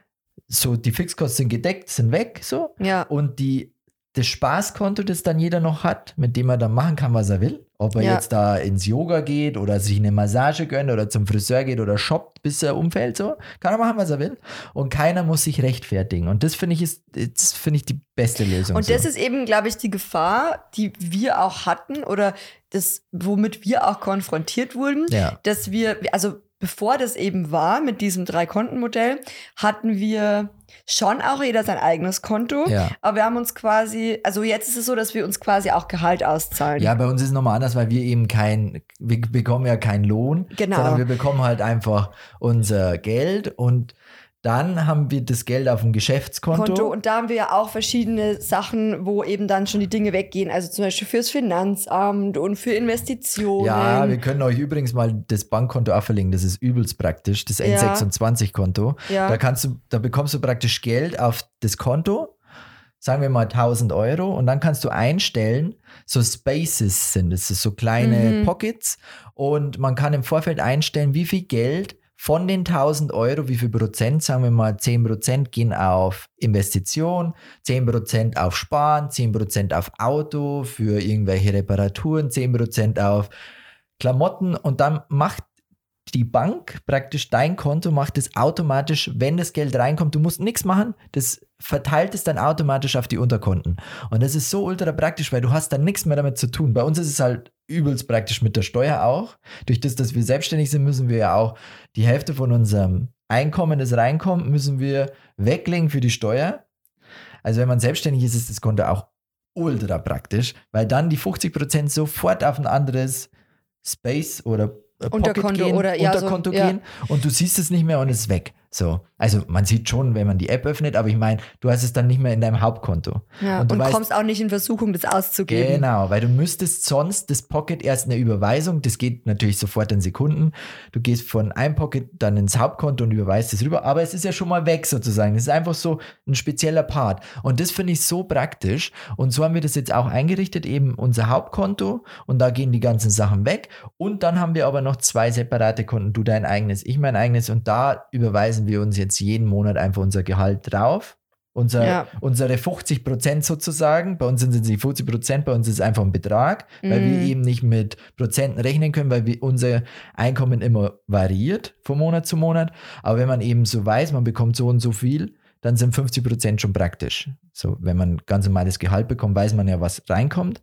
so, die Fixkosten sind gedeckt, sind weg, so. Ja. Und die, das Spaßkonto, das dann jeder noch hat, mit dem er dann machen kann, was er will. Ob er ja. jetzt da ins Yoga geht oder sich eine Massage gönnt oder zum Friseur geht oder shoppt, bis er umfällt, so. Kann er machen, was er will. Und keiner muss sich rechtfertigen. Und das finde ich ist, das finde ich die beste Lösung. Und das so. ist eben, glaube ich, die Gefahr, die wir auch hatten oder das, womit wir auch konfrontiert wurden, ja. dass wir, also bevor das eben war mit diesem Drei-Konten-Modell, hatten wir schon auch jeder sein eigenes Konto, ja. aber wir haben uns quasi, also jetzt ist es so, dass wir uns quasi auch Gehalt auszahlen. Ja, bei uns ist es nochmal anders, weil wir eben kein, wir bekommen ja keinen Lohn, genau. sondern wir bekommen halt einfach unser Geld und dann haben wir das Geld auf dem Geschäftskonto. Konto, und da haben wir ja auch verschiedene Sachen, wo eben dann schon die Dinge weggehen. Also zum Beispiel fürs Finanzamt und für Investitionen. Ja, wir können euch übrigens mal das Bankkonto auch verlinken. Das ist übelst praktisch, das N sechsundzwanzig-Konto. Ja. Da kannst du, da bekommst du praktisch Geld auf das Konto, sagen wir mal tausend Euro, und dann kannst du einstellen, so Spaces sind es, so kleine Mhm. Pockets, und man kann im Vorfeld einstellen, wie viel Geld von den tausend Euro, wie viel Prozent, sagen wir mal zehn Prozent gehen auf Investition, zehn Prozent auf Sparen, zehn Prozent auf Auto für irgendwelche Reparaturen, zehn Prozent auf Klamotten, und dann macht die Bank praktisch, dein Konto macht es automatisch, wenn das Geld reinkommt, du musst nichts machen, das verteilt es dann automatisch auf die Unterkonten. Und das ist so ultra praktisch, weil du hast dann nichts mehr damit zu tun. Bei uns ist es halt übelst praktisch mit der Steuer auch. Durch das, dass wir selbstständig sind, müssen wir ja auch die Hälfte von unserem Einkommen, das reinkommt, müssen wir weglegen für die Steuer. Also wenn man selbstständig ist, ist das Konto auch ultra praktisch, weil dann die fünfzig Prozent sofort auf ein anderes Space oder Unterkonto gehen, oder ja, Unterkonto so, ja. gehen, und du siehst es nicht mehr und es ist weg. So. Also man sieht schon, wenn man die App öffnet, aber ich meine, du hast es dann nicht mehr in deinem Hauptkonto. Ja, und du und weißt, kommst auch nicht in Versuchung, das auszugeben. Genau, weil du müsstest sonst das Pocket erst eine Überweisung, das geht natürlich sofort in Sekunden, du gehst von einem Pocket dann ins Hauptkonto und überweist es rüber, aber es ist ja schon mal weg sozusagen. Das ist einfach so ein spezieller Part, und das finde ich so praktisch, und so haben wir das jetzt auch eingerichtet, eben unser Hauptkonto, und da gehen die ganzen Sachen weg, und dann haben wir aber noch zwei separate Konten, du dein eigenes, ich mein eigenes, und da überweisen wir uns jetzt jeden Monat einfach unser Gehalt drauf. Unser, ja. Unsere fünfzig Prozent sozusagen, bei uns sind es nicht fünfzig Prozent, bei uns ist es einfach ein Betrag, mm. weil wir eben nicht mit Prozenten rechnen können, weil wir, unser Einkommen immer variiert von Monat zu Monat. Aber wenn man eben so weiß, man bekommt so und so viel, dann sind fünfzig Prozent schon praktisch. So, wenn man ganz normales Gehalt bekommt, weiß man ja, was reinkommt.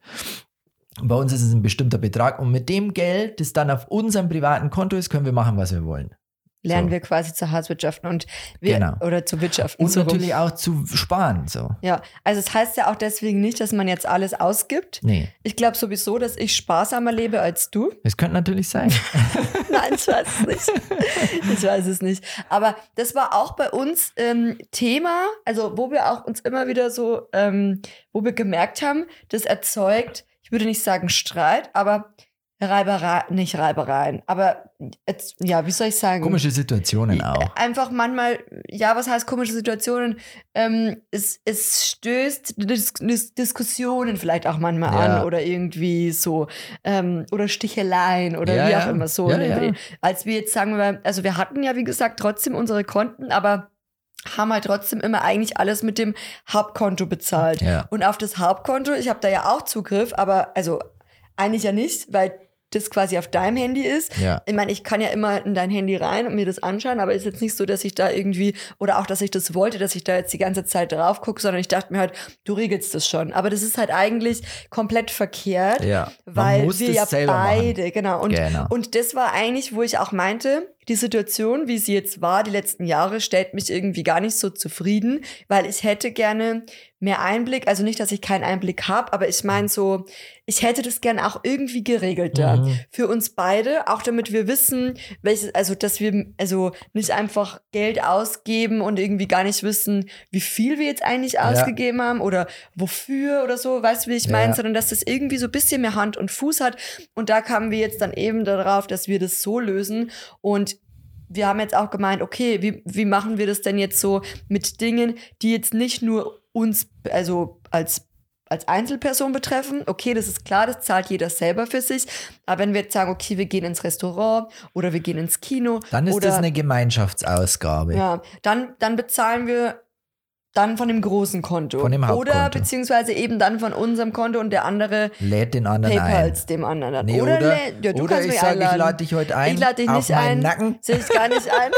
Bei uns ist es ein bestimmter Betrag, und mit dem Geld, das dann auf unserem privaten Konto ist, können wir machen, was wir wollen. Lernen so. wir quasi zu Hauswirtschaften und wir, genau. oder zu wirtschaften. Und so natürlich rum. auch zu sparen. So. Ja, also es heißt ja auch deswegen nicht, dass man jetzt alles ausgibt. Nee. Ich glaube sowieso, dass ich sparsamer lebe als du. Das könnte natürlich sein. Nein, ich weiß es nicht. Ich weiß es nicht. Aber das war auch bei uns ähm, Thema, also wo wir auch uns immer wieder so, ähm, wo wir gemerkt haben, das erzeugt, ich würde nicht sagen Streit, aber Reiberei, nicht Reibereien, aber jetzt, ja, wie soll ich sagen? Komische Situationen auch. Einfach manchmal, ja, was heißt komische Situationen? Ähm, es, es stößt Dis- Dis- Diskussionen vielleicht auch manchmal ja. an oder irgendwie so, ähm, oder Sticheleien oder ja, wie ja. auch immer so. Ja, ja. Als wir jetzt sagen wir, also wir hatten ja, wie gesagt, trotzdem unsere Konten, aber haben halt trotzdem immer eigentlich alles mit dem Hauptkonto bezahlt. Ja. Und auf das Hauptkonto, ich habe da ja auch Zugriff, aber also eigentlich ja nicht, weil das quasi auf deinem Handy ist. Ja. Ich meine, ich kann ja immer in dein Handy rein und mir das anschauen, aber ist jetzt nicht so, dass ich da irgendwie, oder auch, dass ich das wollte, dass ich da jetzt die ganze Zeit drauf gucke, sondern ich dachte mir halt, du regelst das schon. Aber das ist halt eigentlich komplett verkehrt, ja. Man weil muss wir das ja selber beide, machen. genau. Und, genau. und das war eigentlich, wo ich auch meinte, die Situation, wie sie jetzt war, die letzten Jahre, stellt mich irgendwie gar nicht so zufrieden, weil ich hätte gerne mehr Einblick, also nicht, dass ich keinen Einblick habe, aber ich meine so, ich hätte das gerne auch irgendwie geregelter Mhm. für uns beide, auch damit wir wissen, welches, also dass wir also nicht einfach Geld ausgeben und irgendwie gar nicht wissen, wie viel wir jetzt eigentlich Ja. ausgegeben haben oder wofür oder so, weißt du, wie ich meine, Ja. sondern dass das irgendwie so ein bisschen mehr Hand und Fuß hat. Und da kamen wir jetzt dann eben darauf, dass wir das so lösen. Und wir haben jetzt auch gemeint, okay, wie, wie machen wir das denn jetzt so mit Dingen, die jetzt nicht nur uns, also als als Einzelperson betreffen. Okay, das ist klar, das zahlt jeder selber für sich. Aber wenn wir jetzt sagen, okay, wir gehen ins Restaurant oder wir gehen ins Kino. Dann ist oder, das eine Gemeinschaftsausgabe. Ja, dann, dann bezahlen wir dann von dem großen Konto. Von dem Hauptkonto. Oder beziehungsweise eben dann von unserem Konto und der andere Lädt den anderen PayPals ein. dem anderen. Nee, oder oder, lä- ja, du oder kannst ich mich sage, ich einladen. lade dich heute ein. Ich lade dich auf nicht meinen ein. Nacken. Sehe ich gar nicht ein.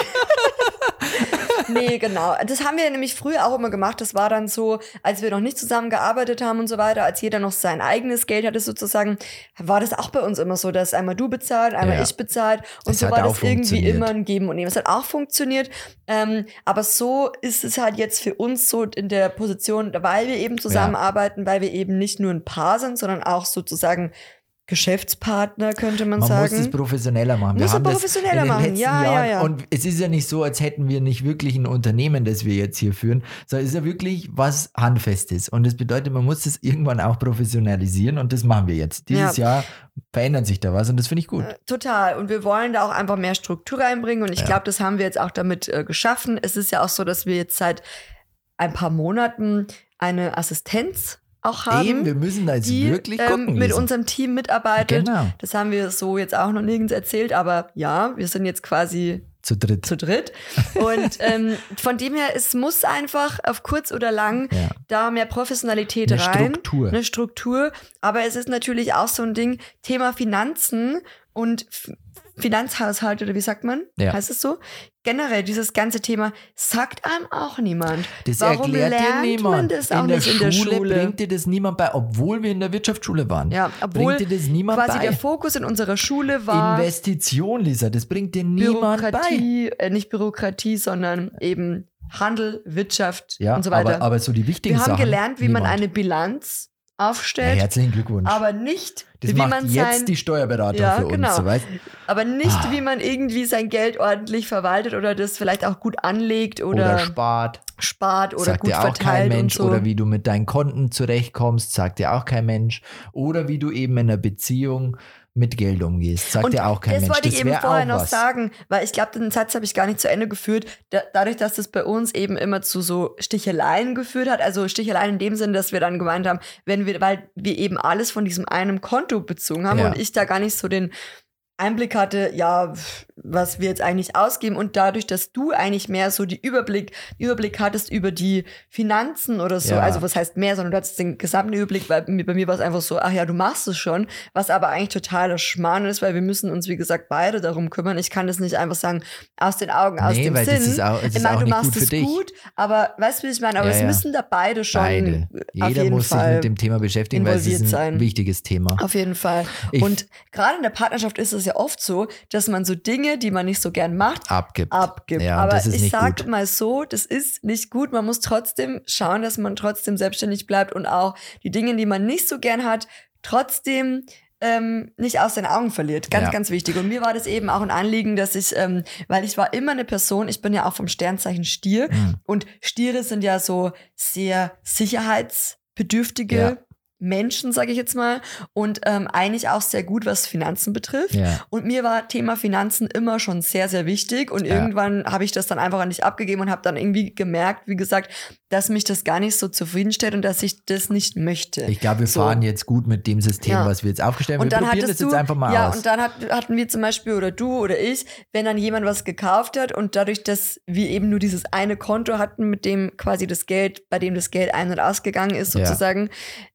Nee, genau. Das haben wir nämlich früher auch immer gemacht. Das war dann so, als wir noch nicht zusammengearbeitet haben und so weiter, als jeder noch sein eigenes Geld hatte sozusagen, war das auch bei uns immer so, dass einmal du bezahlt, einmal Ja. ich bezahlt und Das so hat war auch das irgendwie funktioniert. immer ein Geben und Nehmen. Es hat auch funktioniert, ähm, aber so ist es halt jetzt für uns so in der Position, weil wir eben zusammenarbeiten, weil wir eben nicht nur ein Paar sind, sondern auch sozusagen Geschäftspartner, könnte man, Man sagen. muss es professioneller machen. Wir Muss es haben das professioneller in den machen. letzten Ja, ja, Jahren, ja. und es ist ja nicht so, als hätten wir nicht wirklich ein Unternehmen, das wir jetzt hier führen, sondern es ist ja wirklich was Handfestes. Und das bedeutet, man muss das irgendwann auch professionalisieren und das machen wir jetzt. Dieses Ja. Jahr verändert sich da was und das finde ich gut. Total. Und wir wollen da auch einfach mehr Struktur reinbringen. Und ich Ja. glaube, das haben wir jetzt auch damit äh, geschaffen. Es ist ja auch so, dass wir jetzt seit ein paar Monaten eine Assistenz auch haben, Eben, wir müssen da jetzt die wirklich ähm, gucken. mit Lisa. unserem Team mitarbeitet. Genau. Das haben wir so jetzt auch noch nirgends erzählt, aber ja, wir sind jetzt quasi Zu dritt. zu dritt. Und ähm, von dem her, es muss einfach auf kurz oder lang Ja. da mehr Professionalität Eine rein. Struktur. Eine Struktur. Aber es ist natürlich auch so ein Ding, Thema Finanzen und F- Finanzhaushalt oder wie sagt man? Ja. Heißt es so? Generell, dieses ganze Thema sagt einem auch niemand. Das Warum erklärt dir lernt niemand. man das auch in der nicht in der Schule Schule? bringt dir das niemand bei, obwohl wir in der Wirtschaftsschule waren. Ja, obwohl bringt dir das niemand quasi bei. der Fokus in unserer Schule war Investition, Lisa, das bringt dir niemand bei. Bürokratie, äh, nicht Bürokratie, sondern eben Handel, Wirtschaft Ja, und so weiter. aber, aber so die wichtigen Wir haben Sachen. gelernt, wie man niemand. eine Bilanz Ja, aufstellt, herzlichen Glückwunsch. aber nicht, das wie macht man jetzt sein, die Steuerberatung Ja, für uns. genau. So, weißt? aber nicht, Ah. wie man irgendwie sein Geld ordentlich verwaltet oder das vielleicht auch gut anlegt oder, Oder spart. spart oder sagt gut dir auch kein verteilt Mensch. und so. Oder wie du mit deinen Konten zurechtkommst, sagt dir auch kein Mensch. Oder wie du eben in einer Beziehung mit Geld umgehst, sagt Und dir auch kein das Mensch. wollte ich das eben wär vorher auch noch was. sagen, weil ich glaube, den Satz habe ich gar nicht zu Ende geführt. Da, dadurch, dass das bei uns eben immer zu so Sticheleien geführt hat, also Sticheleien in dem Sinne, dass wir dann gemeint haben, wenn wir, weil wir eben alles von diesem einen Konto bezogen haben Ja. und ich da gar nicht so den Einblick hatte, ja, was wir jetzt eigentlich ausgeben und dadurch, dass du eigentlich mehr so die Überblick, Überblick hattest über die Finanzen oder so, Ja. also was heißt mehr, sondern du hattest den gesamten Überblick, weil bei mir- bei mir war es einfach so, ach ja, du machst es schon, was aber eigentlich totaler Schmarrn ist, weil wir müssen uns, wie gesagt, beide darum kümmern. Ich kann das nicht einfach sagen, aus den Augen, aus Nee, dem weil Sinn. das ist auch, es ich ist meine, auch du nicht machst gut für es dich. gut, aber weißt du, wie ich meine? Aber Ja, es ja. müssen da beide schon Beide. auf Jeder jeden muss sich Fall mit dem Thema beschäftigen, weil es ist involviert ein sein. wichtiges Thema. Auf jeden Fall. Ich- Und gerade in der Partnerschaft ist es ja oft so, dass man so Dinge, die man nicht so gern macht, Abgibt. abgibt. Ja, Aber das ist ich nicht sag gut. mal so, das ist nicht gut. Man muss trotzdem schauen, dass man trotzdem selbstständig bleibt und auch die Dinge, die man nicht so gern hat, trotzdem ähm, nicht aus den Augen verliert. Ganz, Ja. ganz wichtig. Und mir war das eben auch ein Anliegen, dass ich, ähm, weil ich war immer eine Person, ich bin ja auch vom Sternzeichen Stier Mhm. und Stiere sind ja so sehr sicherheitsbedürftige Ja. Menschen, sage ich jetzt mal, und ähm, eigentlich auch sehr gut, was Finanzen betrifft. Ja. Und mir war Thema Finanzen immer schon sehr, sehr wichtig. Und Ja. irgendwann habe ich das dann einfach an dich abgegeben und habe dann irgendwie gemerkt, wie gesagt, dass mich das gar nicht so zufriedenstellt und dass ich das nicht möchte. Ich glaube, wir So. fahren jetzt gut mit dem System, Ja. was wir jetzt aufgestellt haben. Und Wir dann probieren hattest das du, jetzt einfach mal ja, aus. und dann hat, hatten wir zum Beispiel, oder du oder ich, wenn dann jemand was gekauft hat und dadurch, dass wir eben nur dieses eine Konto hatten, mit dem quasi das Geld, bei dem das Geld ein- und ausgegangen ist Ja. sozusagen,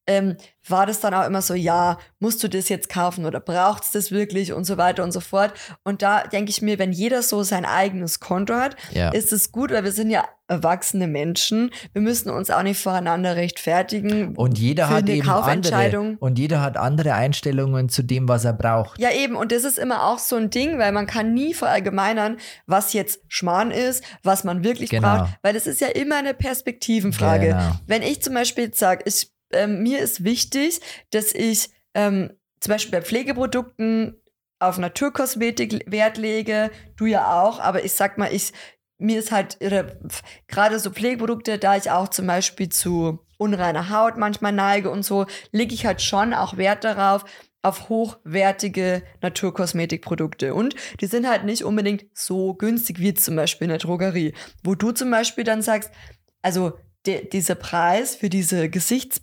ähm, war das dann auch immer so, ja, musst du das jetzt kaufen oder braucht's das wirklich und so weiter und so fort. Und da denke ich mir, wenn jeder so sein eigenes Konto hat, Ja. ist es gut, weil wir sind ja erwachsene Menschen. Wir müssen uns auch nicht voreinander rechtfertigen. Und jeder für hat eine eben andere, Kaufentscheidung. und jeder hat andere Einstellungen zu dem, was er braucht. Ja, eben. Und das ist immer auch so ein Ding, weil man kann nie verallgemeinern, was jetzt Schmarrn ist, was man wirklich Genau. braucht. Weil es ist ja immer eine Perspektivenfrage. Genau. Wenn ich zum Beispiel jetzt sage, ich, ähm, mir ist wichtig, dass ich ähm, zum Beispiel bei Pflegeprodukten auf Naturkosmetik Wert lege, du ja auch, aber ich sag mal, ich mir ist halt gerade so Pflegeprodukte, da ich auch zum Beispiel zu unreiner Haut manchmal neige und so, lege ich halt schon auch Wert darauf, auf hochwertige Naturkosmetikprodukte. Und die sind halt nicht unbedingt so günstig wie zum Beispiel in der Drogerie, wo du zum Beispiel dann sagst, also de- dieser Preis für diese Gesichtscreme,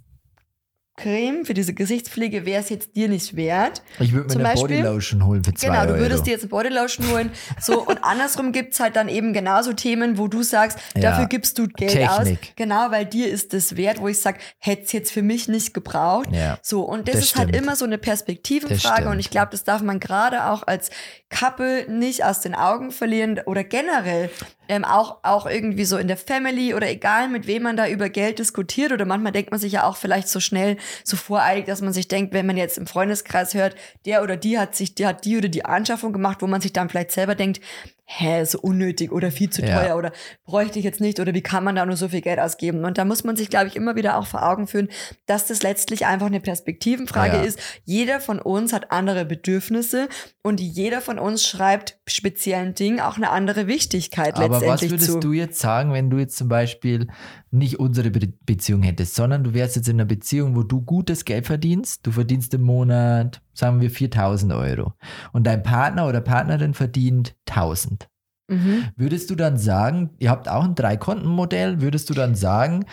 für diese Gesichtspflege wäre es jetzt dir nicht wert. Ich würde mir Zum eine Beispiel- Bodylotion holen für zwei Genau, Euro. du würdest dir jetzt eine Bodylotion holen. So, und andersrum gibt's halt dann eben genauso Themen, wo du sagst, Ja, dafür gibst du Geld Technik. aus. Genau, weil dir ist das wert, wo ich sag, hätte es jetzt für mich nicht gebraucht. Ja, So, und das, das ist halt stimmt. immer so eine Das Perspektivenfrage. stimmt. Und ich glaube, das darf man gerade auch als Couple nicht aus den Augen verlieren oder generell ähm, auch, auch irgendwie so in der Family oder egal mit wem man da über Geld diskutiert oder manchmal denkt man sich ja auch vielleicht so schnell, so voreilig, dass man sich denkt, wenn man jetzt im Freundeskreis hört, der oder die hat sich, die hat die oder die Anschaffung gemacht, wo man sich dann vielleicht selber denkt, hä, so unnötig oder viel zu Ja. teuer oder bräuchte ich jetzt nicht oder wie kann man da nur so viel Geld ausgeben? Und da muss man sich, glaube ich, immer wieder auch vor Augen führen, dass das letztlich einfach eine Perspektivenfrage Ja. ist. Jeder von uns hat andere Bedürfnisse und jeder von uns schreibt speziellen Dingen auch eine andere Wichtigkeit Aber was letztendlich würdest zu. du jetzt sagen, wenn du jetzt zum Beispiel nicht unsere Be- Beziehung hättest, sondern du wärst jetzt in einer Beziehung, wo du gutes Geld verdienst, du verdienst im Monat, sagen wir, viertausend Euro und dein Partner oder Partnerin verdient tausend. Mhm. Würdest du dann sagen, ihr habt auch ein Drei-Konten-Modell, würdest du dann sagen,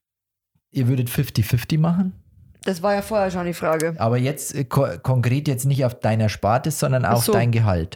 ihr würdet fünfzig fünfzig machen? Das war ja vorher schon die Frage. Aber jetzt äh, ko- konkret jetzt nicht auf dein Erspartes, sondern Ach auf so. dein Gehalt.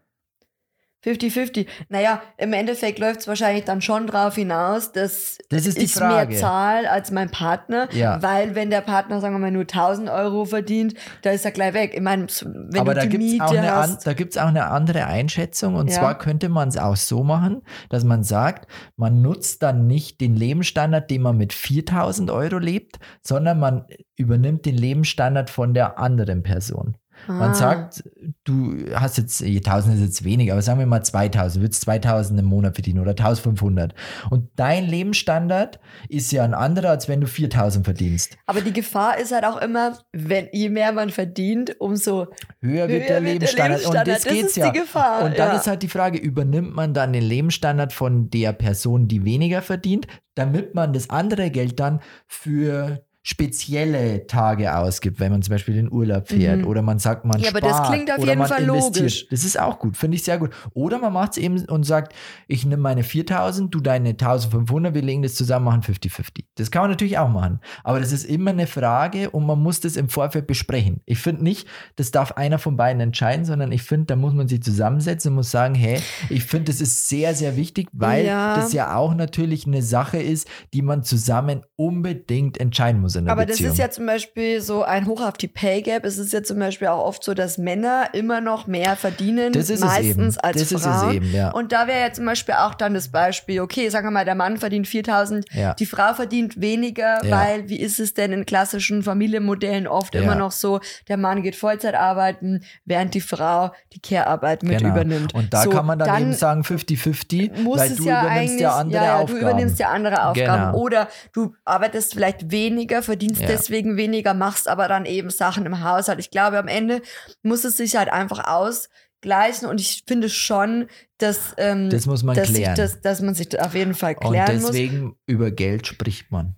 fünfzig fünfzig. Naja, im Endeffekt läuft es wahrscheinlich dann schon drauf hinaus, dass Das ist die ich Frage. mehr zahle als mein Partner, Ja. weil wenn der Partner, sagen wir mal, nur tausend Euro verdient, da ist er gleich weg. Ich meine, wenn Aber du da die gibt es Miete auch, eine an- hast, da gibt's auch eine andere Einschätzung. Und Ja. zwar könnte man es auch so machen, dass man sagt, man nutzt dann nicht den Lebensstandard, den man mit viertausend Euro lebt, sondern man übernimmt den Lebensstandard von der anderen Person. Man Ah. sagt, du hast jetzt, tausend ist jetzt wenig, aber sagen wir mal zweitausend, würdest zweitausend im Monat verdienen oder eintausendfünfhundert. Und dein Lebensstandard ist ja ein anderer, als wenn du viertausend verdienst. aber die Gefahr ist halt auch immer, wenn je mehr man verdient, umso Höher wird Höher der wird der Lebensstandard. Lebensstandard. Und das Das geht's ist ja. die Gefahr, Und dann ja. ist halt die Frage, übernimmt man dann den Lebensstandard von der Person, die weniger verdient, damit man das andere Geld dann für spezielle Tage ausgibt, wenn man zum Beispiel in Urlaub fährt Mhm. oder man sagt, man Ja, aber spart das klingt auf oder jeden man Fall investiert. logisch. Das ist auch gut, finde ich sehr gut. Oder man macht es eben und sagt, ich nehme meine viertausend, du deine eintausendfünfhundert, wir legen das zusammen, machen fünfzig fünfzig. Das kann man natürlich auch machen, aber das ist immer eine Frage und man muss das im Vorfeld besprechen. Ich finde nicht, das darf einer von beiden entscheiden, sondern ich finde, da muss man sich zusammensetzen und muss sagen, hey, ich finde, das ist sehr, sehr wichtig, weil Ja. das ja auch natürlich eine Sache ist, die man zusammen unbedingt entscheiden muss in der Aber Beziehung. das ist ja zum Beispiel so ein Hoch auf die Pay Gap. Es ist ja zum Beispiel auch oft so, dass Männer immer noch mehr verdienen, Das ist es meistens eben. als Das ist es Frauen. eben, ja. Und da wäre ja zum Beispiel auch dann das Beispiel, okay, sagen wir mal, der Mann verdient viertausend, Ja. die Frau verdient weniger, Ja. weil wie ist es denn in klassischen Familienmodellen oft Ja. immer noch so, der Mann geht Vollzeit arbeiten, während die Frau die Care-Arbeit mit Genau. übernimmt. Und da so, kann man dann, eben sagen fünfzig fünfzig, muss weil es du ja übernimmst eigentlich, ja andere ja, ja, Aufgaben. du übernimmst ja andere Aufgaben Genau. oder du arbeitest vielleicht weniger, verdienst Ja. deswegen weniger, machst aber dann eben Sachen im Haushalt. Ich glaube, am Ende muss es sich halt einfach ausgleichen und ich finde schon, dass, ähm, Das muss man dass, sich klären. das, dass man sich auf jeden Fall Und klären muss. deswegen über Geld spricht man.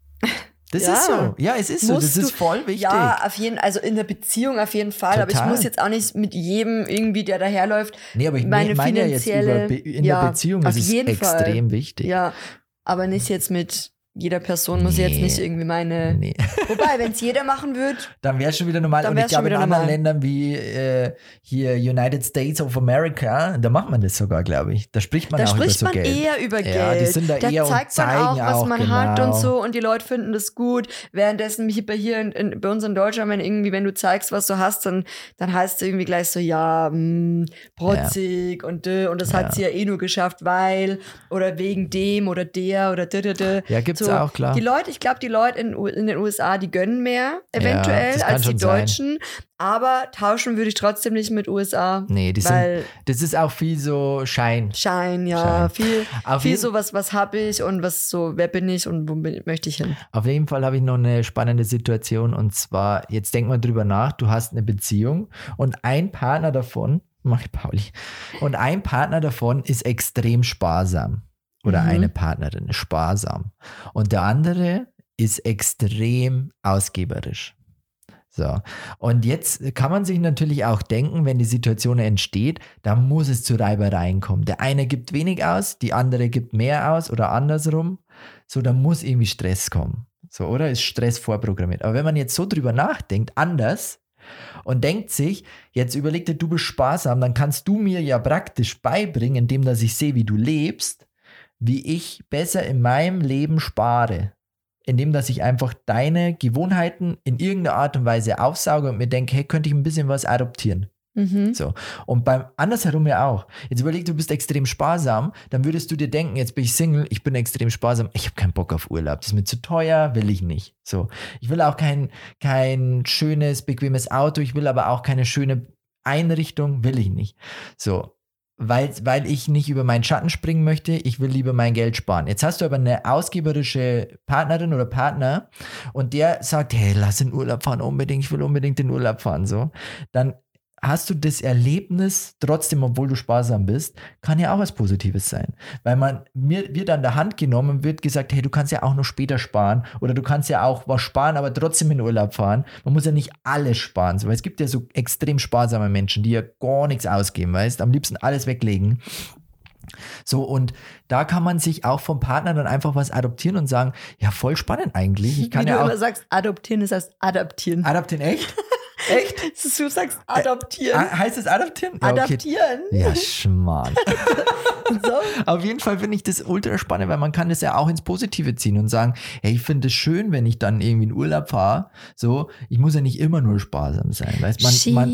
Das Ja. ist so. Ja, es ist so. Musst Das ist du- voll wichtig. Ja, auf jeden also in der Beziehung auf jeden Fall, aber ich Total. muss jetzt auch nicht mit jedem irgendwie, der daherläuft, nee, aber ich meine meine ja jetzt finanzielle- über Be in ja, der Beziehung auf ist es jeden Fall. extrem wichtig. ja, aber nicht jetzt mit jeder Person muss Nee. jetzt nicht irgendwie meine... Nee. Wobei, wenn es jeder machen würde, Dann wäre es schon wieder normal. Dann Und ich wär's schon glaube, in wieder anderen normal. Ländern wie äh, hier United States of America, da macht man das sogar, glaube ich. Da spricht man da auch über spricht so man Geld. eher über Geld. Ja, die sind da eher und zeigt man zeigen auch, was auch, man hat und genau. so und die Leute finden das gut. Währenddessen hier bei, hier in, in, bei uns in Deutschland, wenn irgendwie, wenn du zeigst, was du hast, dann, dann heißt es irgendwie gleich so, ja, mh, protzig und dö, und das Ja. hat sie ja eh nur geschafft, weil oder wegen dem oder der oder dö, dö, dö. Ja, gibt's so, auch, klar. Die Leute, ich glaube, die Leute in, U- in den U S A, die gönnen mehr eventuell das kann als die schon sein. Deutschen, aber tauschen würde ich trotzdem nicht mit U S A. Nee, die weil sind, das ist auch viel so Schein. Schein, ja, Schein. viel, Auf viel jeden- so, was, was habe ich und was so, wer bin ich und wo bin, möchte ich hin. Auf jeden Fall habe ich noch eine spannende Situation und zwar, jetzt denk mal drüber nach, du hast eine Beziehung und ein Partner davon, mach ich Pauli, und ein Partner davon ist extrem sparsam oder Mhm. eine Partnerin ist sparsam und der andere ist extrem ausgeberisch. So. Und jetzt kann man sich natürlich auch denken, wenn die Situation entsteht, da muss es zu Reibereien kommen. Der eine gibt wenig aus, die andere gibt mehr aus oder andersrum. So, da muss irgendwie Stress kommen. So, oder? Ist Stress vorprogrammiert. Aber wenn man jetzt so drüber nachdenkt, anders und denkt sich, jetzt überleg dir, du bist sparsam, dann kannst du mir ja praktisch beibringen, indem dass ich sehe, wie du lebst, wie ich besser in meinem Leben spare. Indem dass ich einfach deine Gewohnheiten in irgendeiner Art und Weise aufsauge und mir denke, hey, könnte ich ein bisschen was adoptieren. Mhm. So. Und beim andersherum ja auch. Jetzt überleg, du bist extrem sparsam, dann würdest du dir denken, jetzt bin ich Single, ich bin extrem sparsam, ich habe keinen Bock auf Urlaub, das ist mir zu teuer, will ich nicht. So. Ich will auch kein, kein schönes, bequemes Auto, ich will aber auch keine schöne Einrichtung, will ich nicht. So. Weil, weil ich nicht über meinen Schatten springen möchte, ich will lieber mein Geld sparen. Jetzt hast du aber eine ausgeberische Partnerin oder Partner und der sagt, hey, lass in Urlaub fahren unbedingt, ich will unbedingt in Urlaub fahren, so. Dann hast du das Erlebnis, trotzdem, obwohl du sparsam bist, kann ja auch was Positives sein. Weil man mir wird an der Hand genommen, wird gesagt, hey, du kannst ja auch noch später sparen oder du kannst ja auch was sparen, aber trotzdem in Urlaub fahren. Man muss ja nicht alles sparen, so, weil es gibt ja so extrem sparsame Menschen, die ja gar nichts ausgeben, weißt, am liebsten alles weglegen. So, und da kann man sich auch vom Partner dann einfach was adoptieren und sagen, ja, voll spannend eigentlich. Ich kann Wie ja du auch immer sagst, adoptieren ist heißt adaptieren. adaptieren, echt? Echt? Du sagst adoptieren. Ah, heißt es adaptieren? Ja, okay. Adaptieren. Ja, Schmarrn. So. Auf jeden Fall finde ich das ultra spannend, weil man kann das ja auch ins Positive ziehen und sagen, hey, ich finde es schön, wenn ich dann irgendwie in Urlaub fahre. So, ich muss ja nicht immer nur sparsam sein. Weißt man, man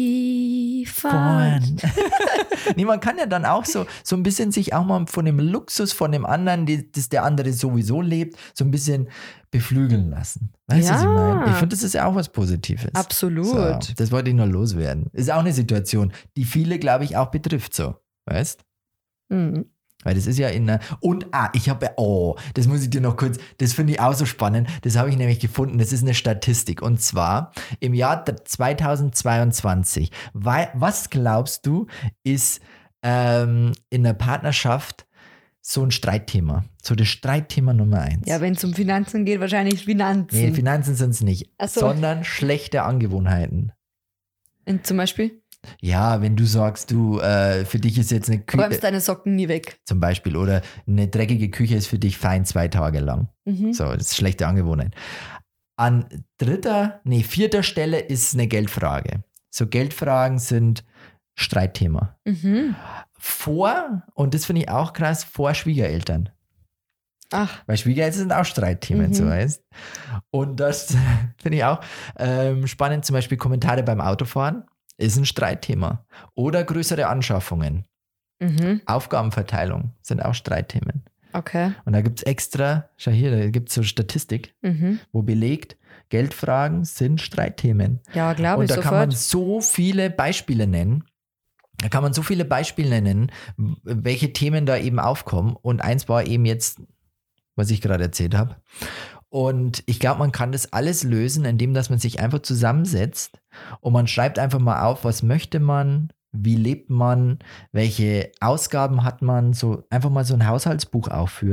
Skifahren. nee, man kann ja dann auch so, so ein bisschen sich auch mal von dem Luxus von dem anderen, die, das der andere sowieso lebt, so ein bisschen beflügeln lassen. Weißt du, was ich Ja. meine? Ich finde, das ist ja auch was Positives. Absolut. So, das wollte ich nur loswerden. Ist auch eine Situation, die viele, glaube ich, auch betrifft, so. Weißt? Mhm. Weil das ist ja in einer. Und, ah, ich habe, oh, das muss ich dir noch kurz, das finde ich auch so spannend. Das habe ich nämlich gefunden. Das ist eine Statistik. Und zwar im Jahr zweitausendzweiundzwanzig. Weil, was glaubst du, ist ähm, in der Partnerschaft so ein Streitthema? So das Streitthema Nummer eins. Ja, wenn es um Finanzen geht, wahrscheinlich Finanzen. Nee, Finanzen sind es nicht, Ach so. sondern schlechte Angewohnheiten. Und zum Beispiel, Ja, wenn du sagst, du, äh, für dich ist jetzt eine Küche, räumst deine Socken nie weg. zum Beispiel, oder eine dreckige Küche ist für dich fein zwei Tage lang. Mhm. So, das ist schlechte Angewohnheit. An dritter, nee, vierter Stelle ist eine Geldfrage. So, Geldfragen sind Streitthema. Mhm. Vor, und das finde ich auch krass, vor Schwiegereltern. Ach, Weil Schwiegereltern sind auch Streitthemen, Mhm. so weißt. Und das finde ich auch ähm, spannend, zum Beispiel Kommentare beim Autofahren ist ein Streitthema. Oder größere Anschaffungen. mhm. Aufgabenverteilung sind auch Streitthemen. Okay. Und da gibt es extra, schau hier, da gibt es so Statistik, Mhm. wo belegt, Geldfragen sind Streitthemen. Ja, glaube Und ich da kann man sofort. so viele Beispiele nennen. Da kann man so viele Beispiele nennen, w- welche Themen da eben aufkommen. Und eins war eben jetzt, was ich gerade erzählt habe. Und ich glaube, man kann das alles lösen, indem dass man sich einfach zusammensetzt und man schreibt einfach mal auf, was möchte man, wie lebt man, welche Ausgaben hat man, so einfach mal so ein Haushaltsbuch aufführen.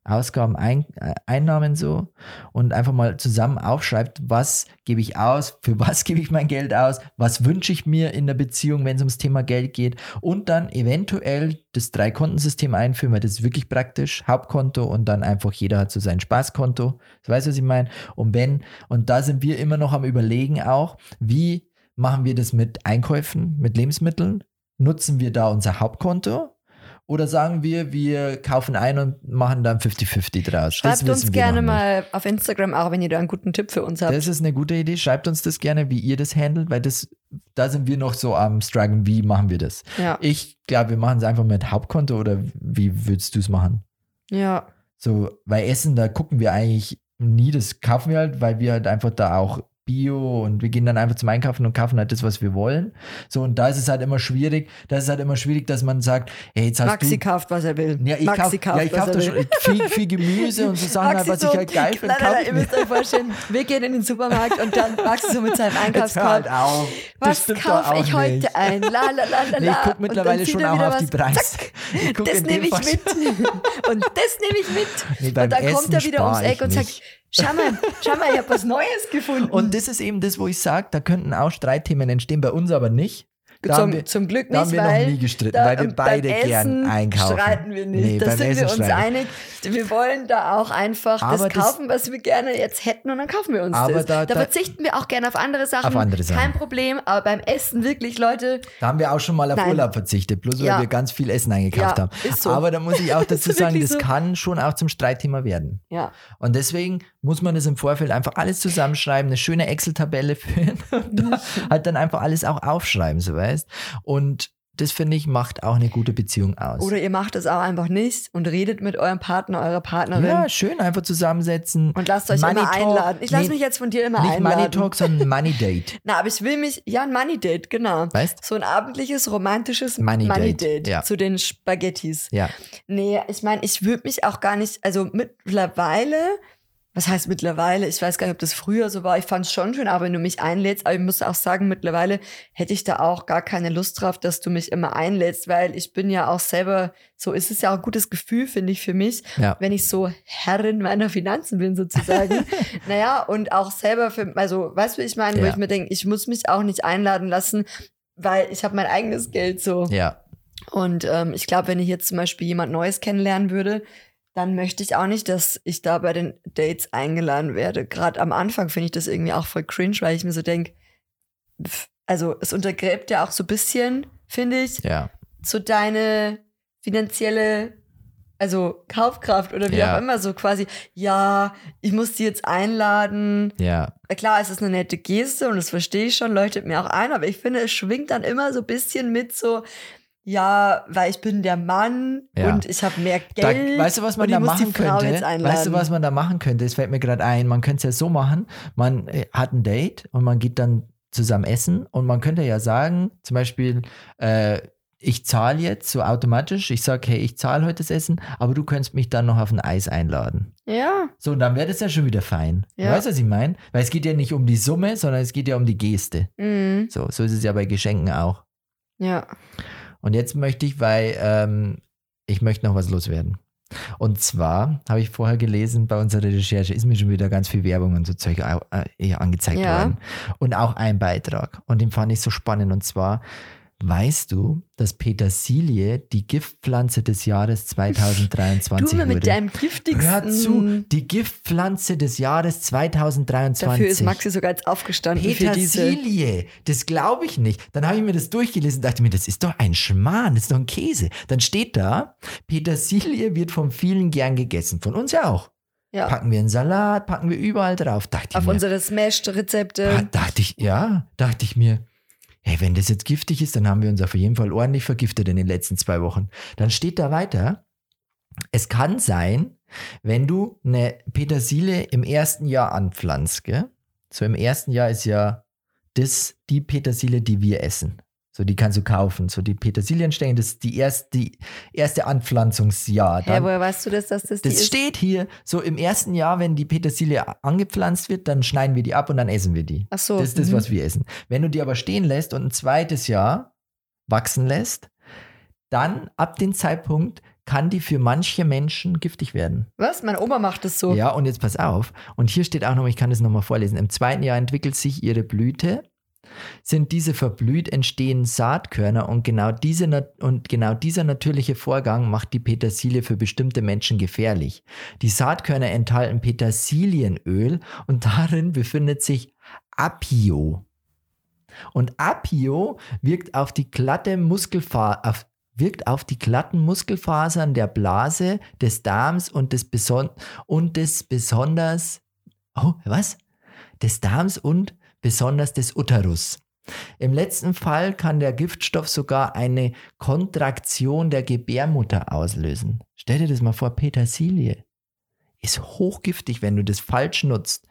Ausgaben, Ein, äh, Einnahmen so und einfach mal zusammen aufschreibt, was gebe ich aus, für was gebe ich mein Geld aus, was wünsche ich mir in der Beziehung, wenn es ums Thema Geld geht und dann eventuell das Drei-Konten-System einführen, weil das ist wirklich praktisch, Hauptkonto und dann einfach jeder hat so sein Spaßkonto, das weißt du, was ich meine? Und wenn, und da sind wir immer noch am Überlegen auch, wie machen wir das mit Einkäufen, mit Lebensmitteln? Nutzen wir da unser Hauptkonto? Oder sagen wir, wir kaufen ein und machen dann fünfzig fünfzig draus? Schreibt uns gerne mal auf Instagram auch, wenn ihr da einen guten Tipp für uns habt. Das ist eine gute Idee. Schreibt uns das gerne, wie ihr das handelt, weil das, da sind wir noch so am struggeln, wie machen wir das? Ja. Ich glaube, wir machen es einfach mit Hauptkonto oder wie würdest du es machen? Ja. So, weil Essen, da gucken wir eigentlich nie, das kaufen wir halt, weil wir halt einfach da auch Bio und wir gehen dann einfach zum Einkaufen und kaufen halt das, was wir wollen. So, und da ist es halt immer schwierig, da ist es halt immer schwierig, dass man sagt, hey, jetzt hast Maxi du... kauft, was er will. Ja, ich Maxi kauf, ja, ich kaufe da schon viel, viel Gemüse und so Sachen, Maxi was so, ich halt geil finde. Nein, nein, nein, ihr müsst euch vorstellen, wir gehen in den Supermarkt und dann Maxi so mit seinem Einkaufskorb. Halt auf. Was kaufe ich heute nicht. ein? La, la, la, la, nee, ich gucke mittlerweile schon auch auf die Preise. Das nehme ich Fall. mit. Und das nehme ich mit. Nee, beim und dann Essen kommt er wieder ums Eck und nicht. sagt, schau mal, schau mal, ich habe was Neues gefunden. Und das ist eben das, wo ich sage, da könnten auch Streitthemen entstehen, bei uns aber nicht. Da zum, wir, zum Glück da nicht, haben wir weil noch nie gestritten, da, weil wir beide beim gern Essen einkaufen. streiten wir nicht. Nee, da beim sind Essen wir uns streiten. einig. Wir wollen da auch einfach Aber das kaufen, was wir gerne jetzt hätten und dann kaufen wir uns aber das. Da, Da, da verzichten wir auch gerne auf andere Sachen. Auf andere Sachen. Kein Problem, aber beim Essen wirklich, Leute. Da haben wir auch schon mal auf Nein. Urlaub verzichtet, bloß weil Ja. wir ganz viel Essen eingekauft Ja, haben. ist so. Aber da muss ich auch dazu Ist sagen, wirklich das so. kann schon auch zum Streitthema werden. Ja. Und deswegen muss man das im Vorfeld einfach alles zusammenschreiben, eine schöne Excel-Tabelle führen und da halt dann einfach alles auch aufschreiben, so weißt. Und das, finde ich, macht auch eine gute Beziehung aus. Oder ihr macht es auch einfach nicht und redet mit eurem Partner, eurer Partnerin. Ja, schön, einfach zusammensetzen. Und lasst euch Money immer Talk. einladen. Ich lasse Nee, mich jetzt von dir immer Nicht einladen. Money Talk, sondern Money Date. Na, aber ich will mich, ja, ein Money Date, genau. Weißt? So ein abendliches, romantisches Money Money Date, Date ja. zu den Spaghettis. Ja. Nee, ich meine, ich würde mich auch gar nicht, also mittlerweile, was heißt mittlerweile? Ich weiß gar nicht, ob das früher so war. Ich fand es schon schön, aber wenn du mich einlädst, aber ich muss auch sagen, mittlerweile hätte ich da auch gar keine Lust drauf, dass du mich immer einlädst, weil ich bin ja auch selber, so ist es ja auch ein gutes Gefühl, finde ich, für mich, Ja. wenn ich so Herrin meiner Finanzen bin, sozusagen. Naja, und auch selber für, also, weißt du, wie ich meine, wo Ja. ich mir denke, ich muss mich auch nicht einladen lassen, weil ich habe mein eigenes Geld so. Ja. Und ähm, ich glaube, wenn ich jetzt zum Beispiel jemand Neues kennenlernen würde, dann möchte ich auch nicht, dass ich da bei den Dates eingeladen werde. Gerade am Anfang finde ich das irgendwie auch voll cringe, weil ich mir so denke, also es untergräbt ja auch so ein bisschen, finde ich, Ja. so deine finanzielle, also Kaufkraft oder wie Ja. auch immer, so quasi, ja, ich muss die jetzt einladen. Ja. Klar, es ist eine nette Geste und das verstehe ich schon, leuchtet mir auch ein, aber ich finde, es schwingt dann immer so ein bisschen mit so, ja, weil ich bin der Mann Ja. und ich habe mehr Da, Geld. weißt du, was man und ich da muss machen die Frau könnte? jetzt einladen. Weißt du, was man da machen könnte? Es fällt mir gerade ein, man könnte es ja so machen, man äh, hat ein Date und man geht dann zusammen essen und man könnte ja sagen, zum Beispiel, äh, ich zahle jetzt so automatisch, ich sage, hey, ich zahle heute das Essen, aber du könntest mich dann noch auf ein Eis einladen. Ja, So, und dann wäre das ja schon wieder fein. Ja. Weißt du, was ich meine? Weil es geht ja nicht um die Summe, sondern es geht ja um die Geste. mhm. So, so ist es ja bei Geschenken auch. ja. Und jetzt möchte ich, weil ähm, ich möchte noch was loswerden. Und zwar habe ich vorher gelesen, bei unserer Recherche ist mir schon wieder ganz viel Werbung und so Zeug äh, hier angezeigt Ja. worden. Und auch ein Beitrag. Und den fand ich so spannend. Und zwar, weißt du, dass Petersilie die Giftpflanze des Jahres zweitausenddreiundzwanzig Du mir wurde? mit deinem giftigsten. Hör zu, die Giftpflanze des Jahres zweitausenddreiundzwanzig. Dafür ist Maxi sogar jetzt aufgestanden für diese. Petersilie, das glaube ich nicht. Dann habe ich mir das durchgelesen und dachte mir, das ist doch ein Schmarrn, das ist doch ein Käse. Dann steht da, Petersilie wird von vielen gern gegessen, von uns ja auch. Ja. Packen wir einen Salat, packen wir überall drauf. Dachte ich Auf mir, unsere ah, Smashed-Rezepte. dachte ich, ja, dachte ich mir, hey, wenn das jetzt giftig ist, dann haben wir uns auf jeden Fall ordentlich vergiftet in den letzten zwei Wochen. Dann steht da weiter, es kann sein, wenn du eine Petersilie im ersten Jahr anpflanzt, gell? So im ersten Jahr ist ja das die Petersilie, die wir essen. So, die kannst du kaufen. So, die Petersilienstängel, das ist die erste, die erste Anpflanzungsjahr. Hä, woher weißt du das, dass das die Das ist? steht hier, so im ersten Jahr, wenn die Petersilie angepflanzt wird, dann schneiden wir die ab und dann essen wir die. Ach so. Das ist das, mhm. was wir essen. Wenn du die aber stehen lässt und ein zweites Jahr wachsen lässt, dann ab dem Zeitpunkt kann die für manche Menschen giftig werden. Was? Meine Oma macht das so. Ja, und jetzt pass auf. Und hier steht auch noch, ich kann das nochmal vorlesen. Im zweiten Jahr entwickelt sich ihre Blüte. Sind diese verblüht, entstehen Saatkörner und genau, diese, und genau dieser natürliche Vorgang macht die Petersilie für bestimmte Menschen gefährlich. Die Saatkörner enthalten Petersilienöl und darin befindet sich Apio. Und Apio wirkt auf die glatte Muskelfa- auf, wirkt auf die glatten Muskelfasern der Blase, des Darms und des, Beson- und des besonders, oh, was? Des Darms und besonders des Uterus. Im letzten Fall kann der Giftstoff sogar eine Kontraktion der Gebärmutter auslösen. Stell dir das mal vor, Petersilie ist hochgiftig, wenn du das falsch nutzt.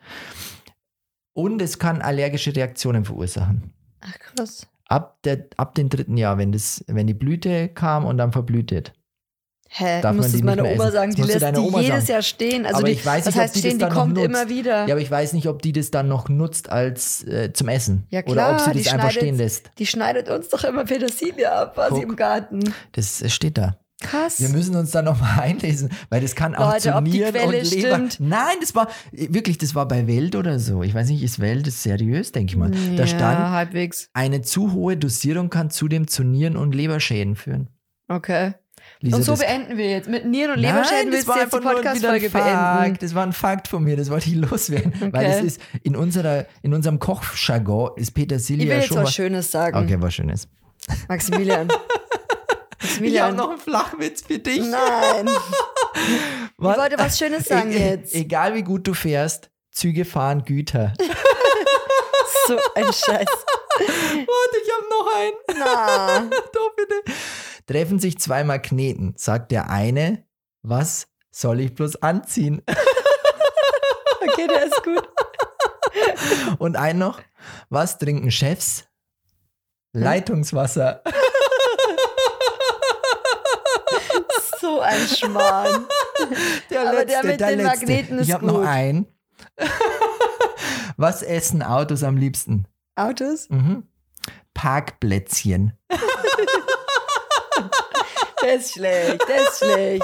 Und es kann allergische Reaktionen verursachen. Ach krass. Ab, der, ab dem dritten Jahr, wenn, das, wenn die Blüte kam und dann verblühtet. Hä, darf du musst man es die meiner nicht mehr Oma essen. sagen, Das die musst du lässt deiner die Oma jedes sagen. Jahr stehen. Also Aber die, ich weiß das nicht, ob heißt die stehen, das die dann kommt noch immer nutzt. wieder. Ja, aber ich weiß nicht, ob die das dann noch nutzt als äh, zum Essen. Ja klar, oder ob sie die das einfach schneidet- stehen lässt. Die schneidet uns doch immer Petersilie ab, quasi Guck. im Garten. Das äh, steht da. Krass. Wir müssen uns da nochmal einlesen, weil das kann auch Leute, zu ob die Nieren Quelle und Leber. stimmt. Nein, das war wirklich, das war bei Welt oder so. Ich weiß nicht, ist Welt das seriös, denke ich mal. ja, Da stand, halbwegs. eine zu hohe Dosierung kann zudem zu Nieren- und Leberschäden führen. Okay. Lisa, Und so das- beenden wir jetzt. Mit Nieren- und Nein, Leberschäden das willst war du jetzt die einfach nur wieder ein Podcast-Folge Fakt. beenden. Das war ein Fakt von mir, das wollte ich loswerden. Okay. Weil das ist in, unserer, in unserem Kochjargon ist Petersilie Ich will ja jetzt schon was mal... Schönes sagen. Okay, was Schönes. Maximilian. Ich Maximilian. habe noch einen Flachwitz für dich. Nein. Was? Ich wollte was Schönes sagen E- jetzt. Egal wie gut du fährst, Züge fahren Güter. So ein Scheiß. Warte, ich habe noch einen. Na. Doch, bitte. Treffen sich zwei Magneten. Sagt der eine, was soll ich bloß anziehen? Okay, der ist gut. Und ein noch, was trinken Chefs? Leitungswasser. So ein Schmarrn. Der Aber der mit den letzte. Magneten ist Ich habe noch gut. einen. Was essen Autos am liebsten? Autos? Mhm. Parkplätzchen. Der ist schlecht, der ist schlecht.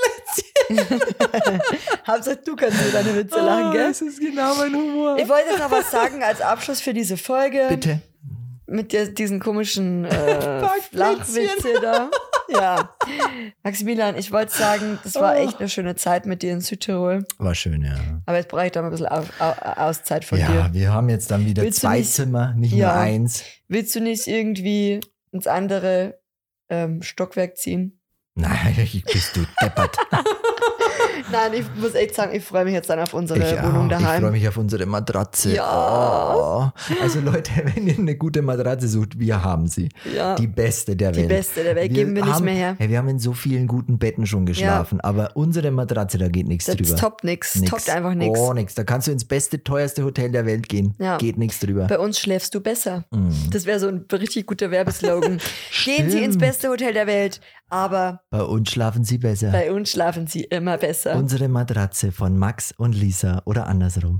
Hauptsache du kannst über deine Witze lachen, gell? Das ist genau mein Humor. Ich wollte jetzt noch was sagen als Abschluss für diese Folge. Bitte. Mit der, diesen komischen äh, Parkplätzchen. Flachwitze da. Ja. Maximilian, ich wollte sagen, das war echt eine schöne Zeit mit dir in Südtirol. War schön, ja. Aber jetzt brauche ich da mal ein bisschen Au Au Auszeit von Ja, dir. wir haben jetzt dann wieder Willst du zwei nicht- Zimmer, nicht Ja. nur eins. Willst du nicht irgendwie ins andere ähm, Stockwerk ziehen? Nein, bist du deppert. Nein, ich muss echt sagen, ich freue mich jetzt dann auf unsere Ich, Wohnung auch. Ich freue daheim. mich auf unsere Matratze. Ja. Oh. Also Leute, wenn ihr eine gute Matratze sucht, wir haben sie. Ja. Die beste der Die Welt. beste der Welt, geben wir nicht haben, mehr her. Hey, wir haben in so vielen guten Betten schon geschlafen, aber unsere Matratze, da geht nichts Das drüber. toppt nix, Nix. toppt einfach nichts. Oh, nix. Da kannst du ins beste, teuerste Hotel der Welt gehen. Ja. Geht nichts drüber. Bei uns schläfst du besser. Mm. Das wäre so ein richtig guter Werbeslogan. Gehen Sie ins Stimmt. beste Hotel der Welt, aber Bei uns schlafen sie besser. bei uns schlafen Sie immer besser. Unsere Matratze von Max und Lisa oder andersrum.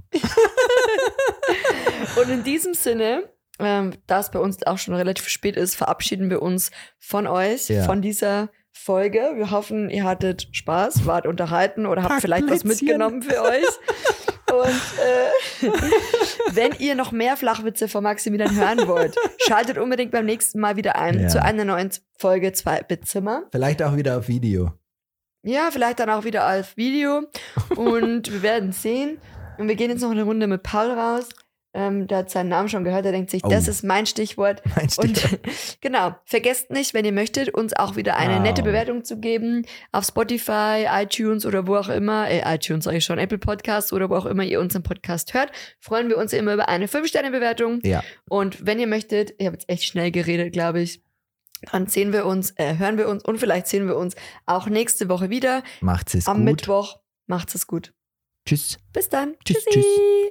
Und in diesem Sinne, ähm, da es bei uns auch schon relativ spät ist, verabschieden wir uns von euch, Ja. von dieser Folge. Wir hoffen, ihr hattet Spaß, wart unterhalten oder habt vielleicht was Parkplätzchen. mitgenommen für euch. Und äh, wenn ihr noch mehr Flachwitze von Maximilian hören wollt, schaltet unbedingt beim nächsten Mal wieder ein Ja. zu einer neuen Folge Zwei-Bit-Zimmer. Vielleicht auch wieder auf Video. Ja, vielleicht dann auch wieder als Video. Und wir werden sehen. Und wir gehen jetzt noch eine Runde mit Paul raus. Ähm, der hat seinen Namen schon gehört. Der denkt sich, Oh. das ist mein Stichwort. Mein Und Stichwort. genau, vergesst nicht, wenn ihr möchtet, uns auch wieder eine Wow. nette Bewertung zu geben auf Spotify, iTunes oder wo auch immer, äh, iTunes sage ich schon, Apple Podcasts oder wo auch immer ihr unseren Podcast hört, freuen wir uns immer über eine fünf Sterne Bewertung. Ja. Und wenn ihr möchtet, ich habe jetzt echt schnell geredet, glaube ich, dann sehen wir uns, äh, hören wir uns und vielleicht sehen wir uns auch nächste Woche wieder Macht's es am gut. Mittwoch. Macht's es gut. Tschüss. Bis dann. Tschüss, Tschüssi. tschüss.